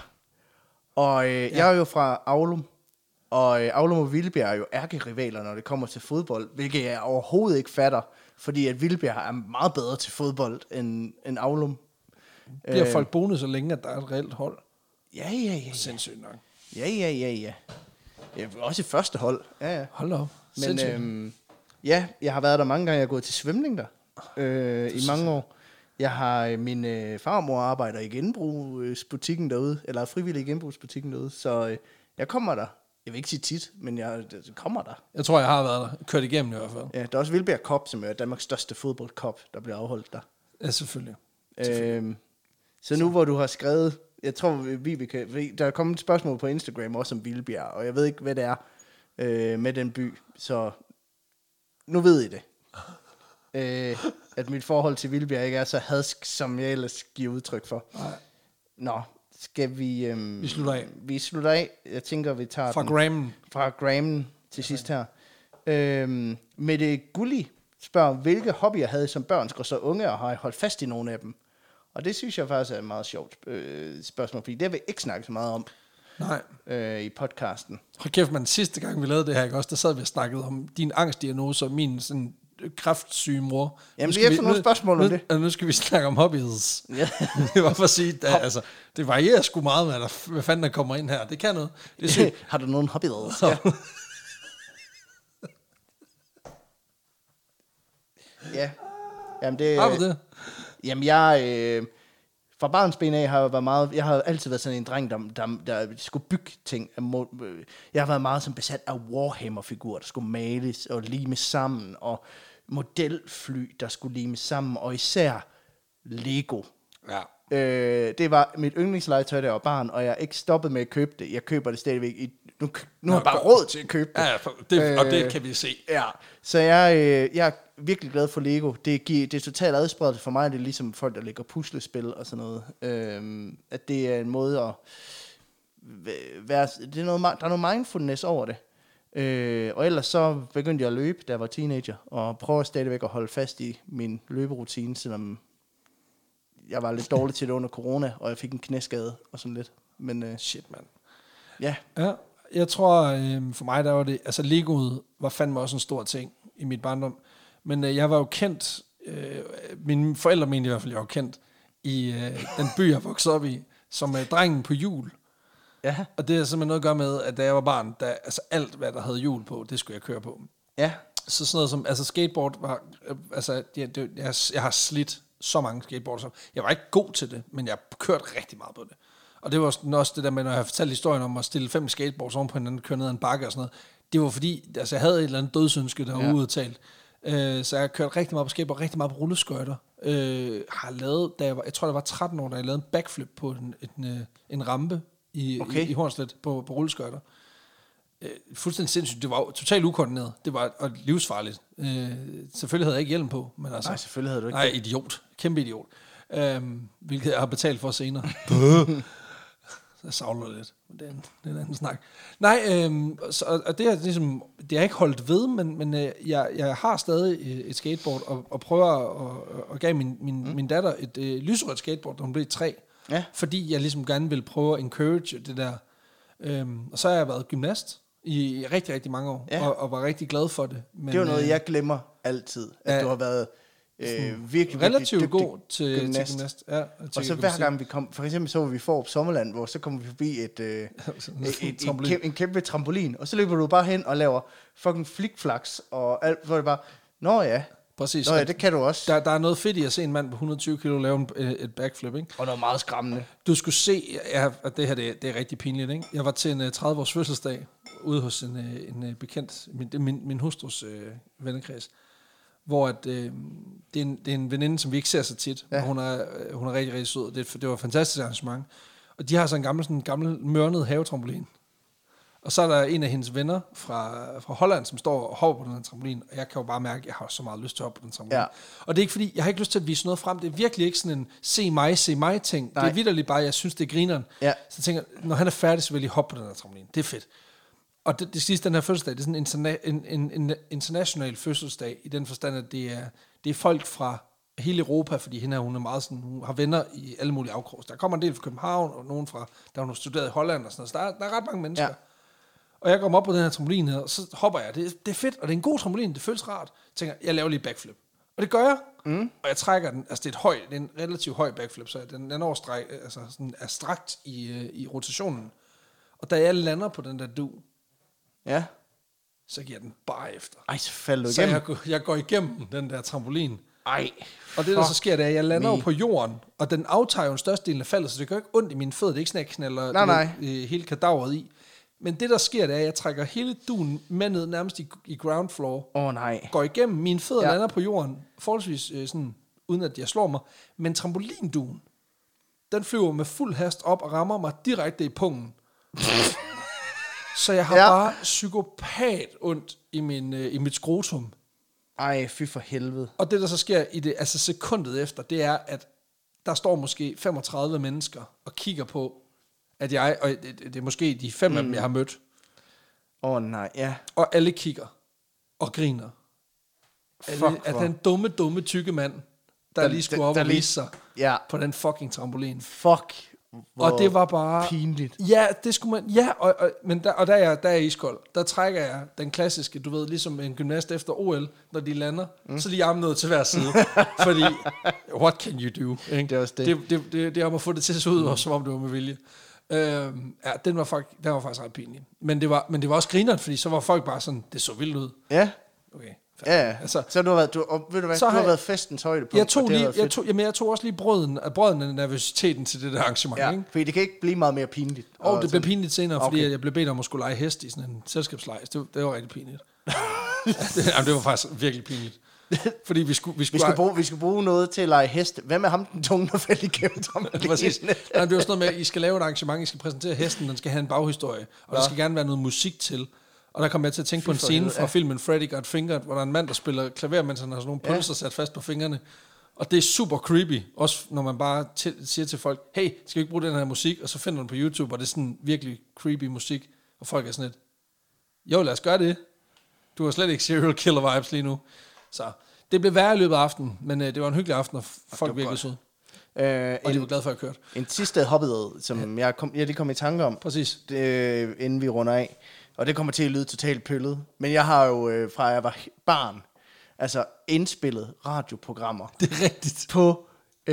Og uh, ja. jeg er jo fra Aulum, og uh, Aulum og Vildbjerg er jo ærkerivaler, når det kommer til fodbold, hvilket jeg overhovedet ikke fatter, fordi at Vildbjerg er meget bedre til fodbold end, end Aulum. Bliver uh, folk boende så længe, at der er et reelt hold? Ja, ja, ja. ja. Sindssygt nok. Ja, ja, ja, ja. ja også i første hold. Ja, ja. Hold op. Men øhm, ja, jeg har været der mange gange. Jeg har gået til svømning der øh, i mange år. Jeg har min øh, farmor arbejder i genbrugsbutikken derude, eller frivillig i genbrugsbutikken derude, så øh, jeg kommer der. Jeg vil ikke sige tit, men jeg kommer der. Jeg tror, jeg har været der. Kørt igennem i hvert fald. Ja, der er også Vildbjerg Cup, som er Danmarks største fodboldcup, der bliver afholdt der. Ja, selvfølgelig. Øhm, så nu hvor du har skrevet, jeg tror vi, vi kan, der er kommet et spørgsmål på Instagram også om Vildbjerg, og jeg ved ikke hvad det er øh, med den by, så nu ved I det. øh, at mit forhold til Vildbjerg ikke er så hadsk, som jeg ellers giver udtryk for. Nej. Nå, skal vi... Øhm, Vi slutter af. Vi slutter af. Jeg tænker, vi tager Fra den, Graham. fra Graham til sidst her. Øhm, Mette Gulli spørger, hvilke hobbyer havde I som børn, skal så unge, og har I holdt fast i nogle af dem? Og det synes jeg faktisk er et meget sjovt øh, spørgsmål, fordi det har vi ikke snakket så meget om. Nej. Øh, i podcasten. Hold kæft, man, sidste gang vi lavede det her, ikke også, der sad vi og snakkede om din angstdiagnose og min sådan kræftsyge mor. Jamen, vi har fået nogle spørgsmål om nu, det. Og nu skal vi snakke om hobbies. Ja. Det var for at sige, at, altså, det varierer sgu meget, hvad, der, hvad fanden der kommer ind her. Det kan noget. Det er sygt. Har du nogen hobbyer? Ja. Ja. Jamen, det, Har du det? Jamen, jeg... Øh, fra barnsben af har jeg været meget... Jeg har altid været sådan en dreng, der, der, der skulle bygge ting. Jeg har været meget som besat af Warhammer-figurer, der skulle males og limes sammen, og modelfly, der skulle limes sammen, og især Lego. Ja. Øh, det var mit yndlingslegetøj, da jeg var barn, og jeg er ikke stoppet med at købe det. Jeg køber det stadigvæk. I, nu nu har jeg bare råd til at købe det. Ja, det, og det kan vi se. Ja, så jeg, øh, jeg er virkelig glad for Lego. Det, giver, det er totalt adspredt for mig. Det er ligesom folk, der lægger puslespil og sådan noget. Øh, at det er en måde at være... Det er noget, der er noget mindfulness over det. Øh, og ellers så begyndte jeg at løbe, da jeg var teenager, og prøver stadigvæk at holde fast i min løberutine, selvom jeg var lidt dårlig til det under corona, og jeg fik en knæskade og sådan lidt. Men øh, shit, mand. Ja. Ja, jeg tror, øh, for mig der var det, altså Legoet var fandme også en stor ting i mit barndom. Men øh, jeg var jo kendt, øh, mine forældre mente i hvert fald, jeg var kendt i øh, den by, jeg voksede op i, som øh, drengen på hjul. Ja. Og det har simpelthen noget at gøre med, at da jeg var barn, der, altså alt, hvad der havde hjul på, det skulle jeg køre på. Ja. Så sådan noget som, altså skateboard var, øh, altså det, det, jeg, jeg har slidt så mange skateboards. Jeg var ikke god til det, men jeg kørte rigtig meget på det. Og det var også det der med, når jeg fortalte historien om at stille fem skateboards oven på hinanden, køre ned ad en bakke og sådan noget. Det var fordi, altså jeg havde et eller andet dødsønske, der var ja. udtalt. Uh, så jeg kørte rigtig meget på skateboard, rigtig meget på rulleskøjter. Uh, har lavet, da jeg var, jeg tror, jeg var tretten år, da jeg lavede en backflip på en, en, en rampe i, okay. i, i Hornslet på, på rulleskøjter. Uh, fuldstændig sindssygt. Det var totalt ukoordineret. Det var og livsfarligt. Uh, selvfølgelig havde jeg ikke hjelm på. Men altså, nej, selvfølgelig havde du ikke. Nej, idiot. Kæmpe idiot. Uh, hvilket jeg har betalt for senere. Jeg savler lidt, men det er en, det er en anden snak. Nej, øhm, så, og det er ligesom, det er ikke holdt ved, men, men øh, jeg, jeg har stadig et skateboard, og, og prøver at og gav min, min, mm. min datter et øh, lyserødt skateboard, da hun blev tre, ja. fordi jeg ligesom gerne vil prøve at encourage det der. Øhm, og så har jeg været gymnast i, i rigtig, rigtig mange år, ja. og, og var rigtig glad for det. Men, det er jo noget, øh, jeg glemmer altid, at ja, du har været Øh, virkelig, relativt virkelig god til gymnast. Til gymnast. Ja, og så hver gang vi kom, for eksempel så var vi for op Sommerland, hvor så kom vi forbi et, øh, et, et, et kæmpe, en kæmpe trampolin, og så løber du bare hen og laver fucking flikflaks og alt, så er det bare, nå ja, præcis. Nå ja, det kan du også. Der, der er noget fedt i at se en mand på et hundrede og tyve kilo lave en, et backflip, ikke? Og noget meget skræmmende. Du skulle se, ja, at det her det, det er rigtig pinligt, ikke? Jeg var til en tredive års fødselsdag ude hos en, en bekendt, min, min, min hustrus øh, vennekreds, hvor at, øh, det, er en, det er en veninde, som vi ikke ser så tit, ja. Hun er, hun er rigtig, rigtig sød. Det, det var et fantastisk arrangement. Og de har så en gammel, sådan en gammel mørnet havetrampolin. Og så er der en af hendes venner fra, fra Holland, som står og hopper på den her trampolin, og jeg kan jo bare mærke, at jeg har så meget lyst til at hoppe på den trampolin. Ja. Og det er ikke fordi, jeg har ikke lyst til at vise noget frem. Det er virkelig ikke sådan en se mig, se mig ting. Nej. Det er vitterligt bare, jeg synes, det er grineren. Ja. Så jeg tænker, når han er færdig, så vil jeg hoppe på den her trampolin. Det er fedt. Og det, det sidste, den her fødselsdag, det er sådan en, interna- en, en, en international fødselsdag, i den forstand, at det er, det er folk fra hele Europa, fordi hende her, hun er meget sådan, hun har venner i alle mulige afkrogs. Der kommer en del fra København, og nogen fra, der hun har studeret i Holland og sådan noget. Så der er, der er ret mange mennesker. Ja. Og jeg kommer op på den her trampolin her, og så hopper jeg. Det, det er fedt, og det er en god trampolin, det føles rart. Jeg tænker, jeg laver lige backflip. Og det gør jeg. Mm. Og jeg trækker den, altså det er et høj, det er en relativt høj backflip, så den, den overstræk, altså sådan er strakt i, i rotationen. Og da jeg lander på den der du, Ja. så giver den bare efter. Ej, så falder du Så igennem. jeg, går- jeg går igennem den der trampolin. Ej. Og det, der så sker, det er, at jeg lander me. jo på jorden, og den aftager jo en største del af faldet, så det gør ikke ondt i mine fødder. Det er ikke sådan, at jeg knalder Nej, du ved, nej. øh, hele kadaveret i. Men det, der sker, det er, at jeg trækker hele duen med ned nærmest i, i ground floor. Åh, oh, nej. Går igennem, mine fødder Ja. ja. lander på jorden, forholdsvis øh, sådan, uden at jeg slår mig. Men trampolinduen, den flyver med fuld hast op og rammer mig direkte i pungen. Så jeg har Ja. ja. bare psykopat ondt i, min, øh, i mit skrotum. Ej, fy for helvede. Og det, der så sker i det, altså sekundet efter, det er, at der står måske femogtredive mennesker og kigger på, at jeg, og det, det er måske de fem mm. af dem, jeg har mødt, Åh, oh, nej, ja. og alle kigger og griner. At, Fuck, at hvor- den dumme, dumme, tykke mand, der, Der- lige skulle der- op der og lige- vise sig Ja. på den fucking trampolin. Fuck. Hvor Og det var bare... pinligt. Ja, det skulle man... Ja, og, og, men der, og der er, jeg, der er jeg iskold. Der trækker jeg den klassiske, du ved, ligesom en gymnast efter O L, når de lander, mm. så de arme ned til hver side. Fordi, what can you do? Ikke? Det er også det. Det, det, det, det er om at få det til at se ud, mm. som om det var med vilje. Øhm, ja, den var, faktisk, den var faktisk ret pinlig. Men det var, men det var også grineren, fordi så var folk bare sådan, det så vildt ud. Ja. Okay. Ja, ja. Altså, så du har været, du, og ved du hvad, så du har har jeg- været festens højdepunkt. jeg tog, og det har lige, været jeg fedt. tog, jamen, jeg tog også lige brøden, brøden af nervøsiteten til det der arrangement. Ja, Ikke? fordi det kan ikke blive meget mere pinligt. Og det blev sådan- pinligt senere, fordi Okay. jeg blev bedt om at skulle lege hest i sådan en selskabslejr. Det, var- det var rigtig pinligt. ja, det, jamen, det var faktisk virkelig pinligt. Fordi vi skulle... Vi Vi skulle, skal, bruge, vi skal bruge noget til at lege hest. Hvem er ham, den tunge, der faldt igennem trampolinen? Præcis. Jamen, det var sådan noget med, at I skal lave et arrangement, I skal præsentere hesten, den skal have en baghistorie, og der skal gerne være noget musik til. Og der kom jeg til at tænke Fy på en for scene helvede, fra ja. filmen Freddy Got Fingered, hvor der er en mand, der spiller klaver, mens han har sådan nogle Ja. pølser sat fast på fingrene. Og det er super creepy, også når man bare til, siger til folk, hey, skal vi ikke bruge den her musik? Og så finder du den på YouTube, og det er sådan virkelig creepy musik, og folk er sådan lidt, jo, lad os gøre det. Du har slet ikke serial killer vibes lige nu. Så det blev værre i løbet af aftenen, men øh, det var en hyggelig aften, og folk var virkelig godt. søde. Øh, Og de en, var glade for, at jeg kørte. en sidste hoppet, som jeg, kom, jeg lige kom i tanke om, Præcis. det, inden vi runder af. Og det kommer til at lyde totalt pøllet. Men jeg har jo, øh, fra jeg var barn, altså indspillet radioprogrammer Det er rigtigt. på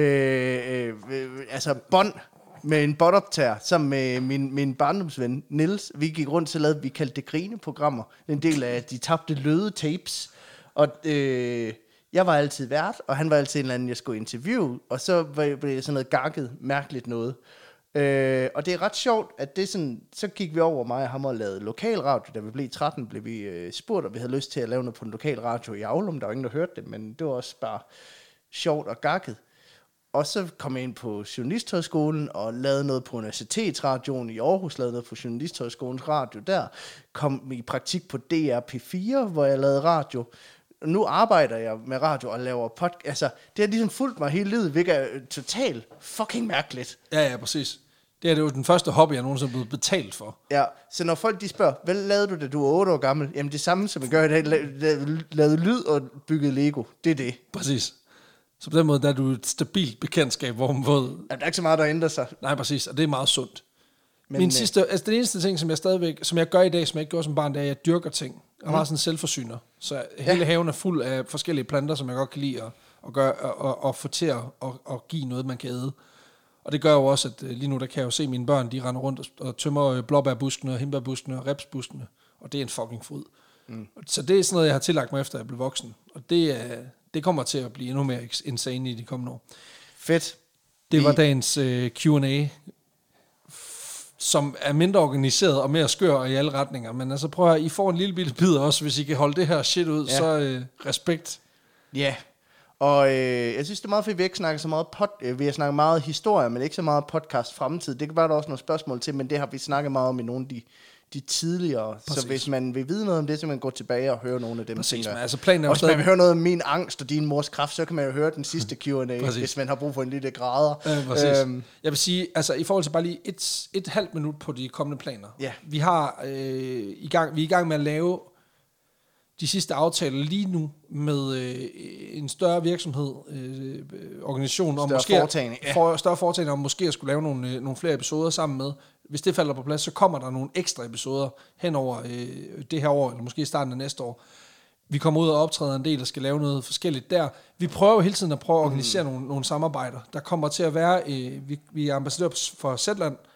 øh, øh, altså bånd med en båndoptager, sammen med min, min barndomsven Niels. Vi gik rundt til at vi kaldte det grineprogrammer. Det er en del af de tabte løde tapes. Og øh, jeg var altid vært, og han var altid en eller anden, jeg skulle interviewe. Og så var- blev det sådan noget gakket, mærkeligt noget. Øh, og det er ret sjovt, at det sådan, så gik vi over mig og ham og lavede lokalradio. Da vi blev tretten, blev vi øh, spurgt, og vi havde lyst til at lave noget på en lokal radio i Aulum. Der var ingen, der hørte det, men det var også bare sjovt og gakket. Og så kom jeg ind på Journalisthøjskolen og lavede noget på Universitetsradioen i Aarhus, lavede noget på Journalisthøjskolens radio der. Kom i praktik på D R P fire, hvor jeg lavede radio. Nu arbejder jeg med radio og laver podcast. Altså, det har ligesom fulgt mig hele livet, hvilket er øh, totalt fucking mærkeligt. Ja, ja, præcis. Det er det jo den første hobby, jeg nogensinde er blevet betalt for. Ja, så når folk de spørger, hvad lavede du, da du var otte år gammel? Jamen det samme, som jeg gør i dag, la- la- lavede lyd og byggede Lego. Det er det. Præcis. Så på den måde, der er du et stabilt bekendtskab, hvor man ved... Ja, der er ikke så meget, der ændrer sig. Nej, præcis, og det er meget sundt. Men, Men, Min øh, sidste, altså den eneste ting, som jeg stadigvæk, som jeg gør i dag, som jeg ikke gjorde som barn, det er, at jeg dyrker ting. Jeg har sådan en selvforsyner. Så hele haven er fuld af forskellige planter, som jeg godt kan lide at, at, gøre, og, og få til at og, og give noget, man kan æde. Og det gør jo også, at lige nu, der kan jeg jo se mine børn, de render rundt og, og tømmer blåbærbuskene, og hindbærbuskene og repsbuskene. Og det er en fucking fryd. Mm. Så det er sådan noget, jeg har tillagt mig, efter jeg blev voksen. Og det, det kommer til at blive endnu mere insane i de kommende år. Fedt. Det var Vi- dagens øh, Q and A, f- som er mindre organiseret og mere skør i alle retninger. Men altså prøv at I får en lille bitte bid også, hvis I kan holde det her shit ud, Ja. ja. så øh, respekt. Ja, og øh, jeg synes, det er meget fedt, at vi ikke snakker så meget pod, øh, vi har snakket meget historie, men ikke så meget podcast fremtid. Det kan være, der er også nogle spørgsmål til, men det har vi snakket meget om i nogle af de, de tidligere. Præcis. Så hvis man vil vide noget om det, så kan man gå tilbage og høre nogle af dem. Præcis, tænker men jeg. altså planen er jo Også hvis man vil stadig... høre noget om min angst og din mors kræft, så kan man jo høre den sidste Q and A, Præcis. hvis man har brug for en lille grader. Ja, præcis. Øhm. Jeg vil sige, altså i forhold til bare lige et, et halvt minut på de kommende planer. Ja. Vi, har, øh, i gang, vi er i gang med at lave de sidste aftaler lige nu med øh, en større virksomhed, øh, organisation, om Større måske foretagende, ja. for, større foretagende om måske at skulle lave nogle, øh, nogle flere episoder sammen med. Hvis det falder på plads, så kommer der nogle ekstra episoder hen over øh, det her år, eller måske i starten af næste år. Vi kommer ud og optræder en del, der skal lave noget forskelligt der. Vi prøver jo hele tiden at prøve at organisere mm. nogle, nogle samarbejder. Der kommer til at være, øh, vi, vi er ambassadør for Zetland,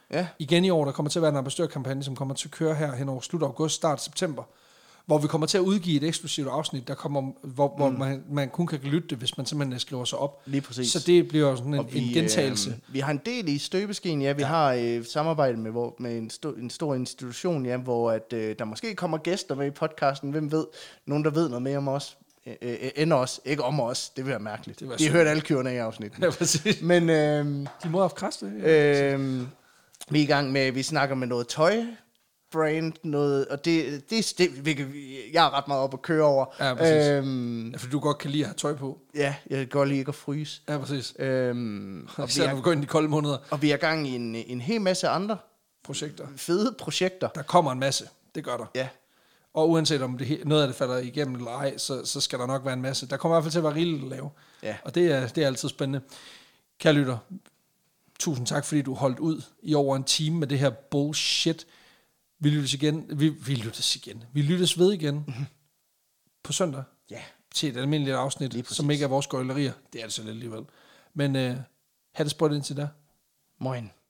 Ja. Igen i år, der kommer til at være en ambassadørkampagne, som kommer til at køre her hen over slut august, start september, hvor vi kommer til at udgive et eksklusivt afsnit, der kommer, hvor, hvor mm. man, man kun kan lytte det, hvis man simpelthen skriver sig op. Lige præcis. Så det bliver sådan en, vi, en gentagelse. Øh, vi har en del i støbeskeen, ja. Vi ja. har øh, samarbejdet med, hvor, med en, sto, en stor institution, ja, hvor at, øh, der måske kommer gæster med i podcasten. Hvem ved? Nogen, der ved noget mere om os. Øh, øh, end os. Ikke om os. Det vil være mærkeligt. Det de har hørt alle Q and A-afsnitten. Ja, præcis. Men øh, de må have haft kræst, ja. øh, vi er i gang med, vi snakker med noget tøj, brand, noget, og det, det, det, det jeg er ret meget op at køre over. Ja, præcis. Øhm, ja, fordi du godt kan lide at have tøj på. Ja, jeg kan godt lide ikke at fryse. Ja, præcis. Øhm, og vi er, går ind i de kolde måneder. Og vi er i gang i en, en hel masse andre projekter. Fede projekter. Der kommer en masse, det gør der. Ja. Og uanset om det, noget af det falder igennem eller ej, så, så skal der nok være en masse. Der kommer i hvert fald til at være rigeligt at lave. Ja. Og det er, det er altid spændende. Kære lytter, tusind tak, fordi du holdt ud i over en time med det her bullshit. Vi lyttes igen. Vi, vi lyttes igen. Vi lyttes ved igen mm-hmm. på søndag. Ja. Til et almindeligt afsnit, som ikke er vores gøjlerier. Det er det så lidt alligevel. Men øh, have det spurgt indtil der. Moin.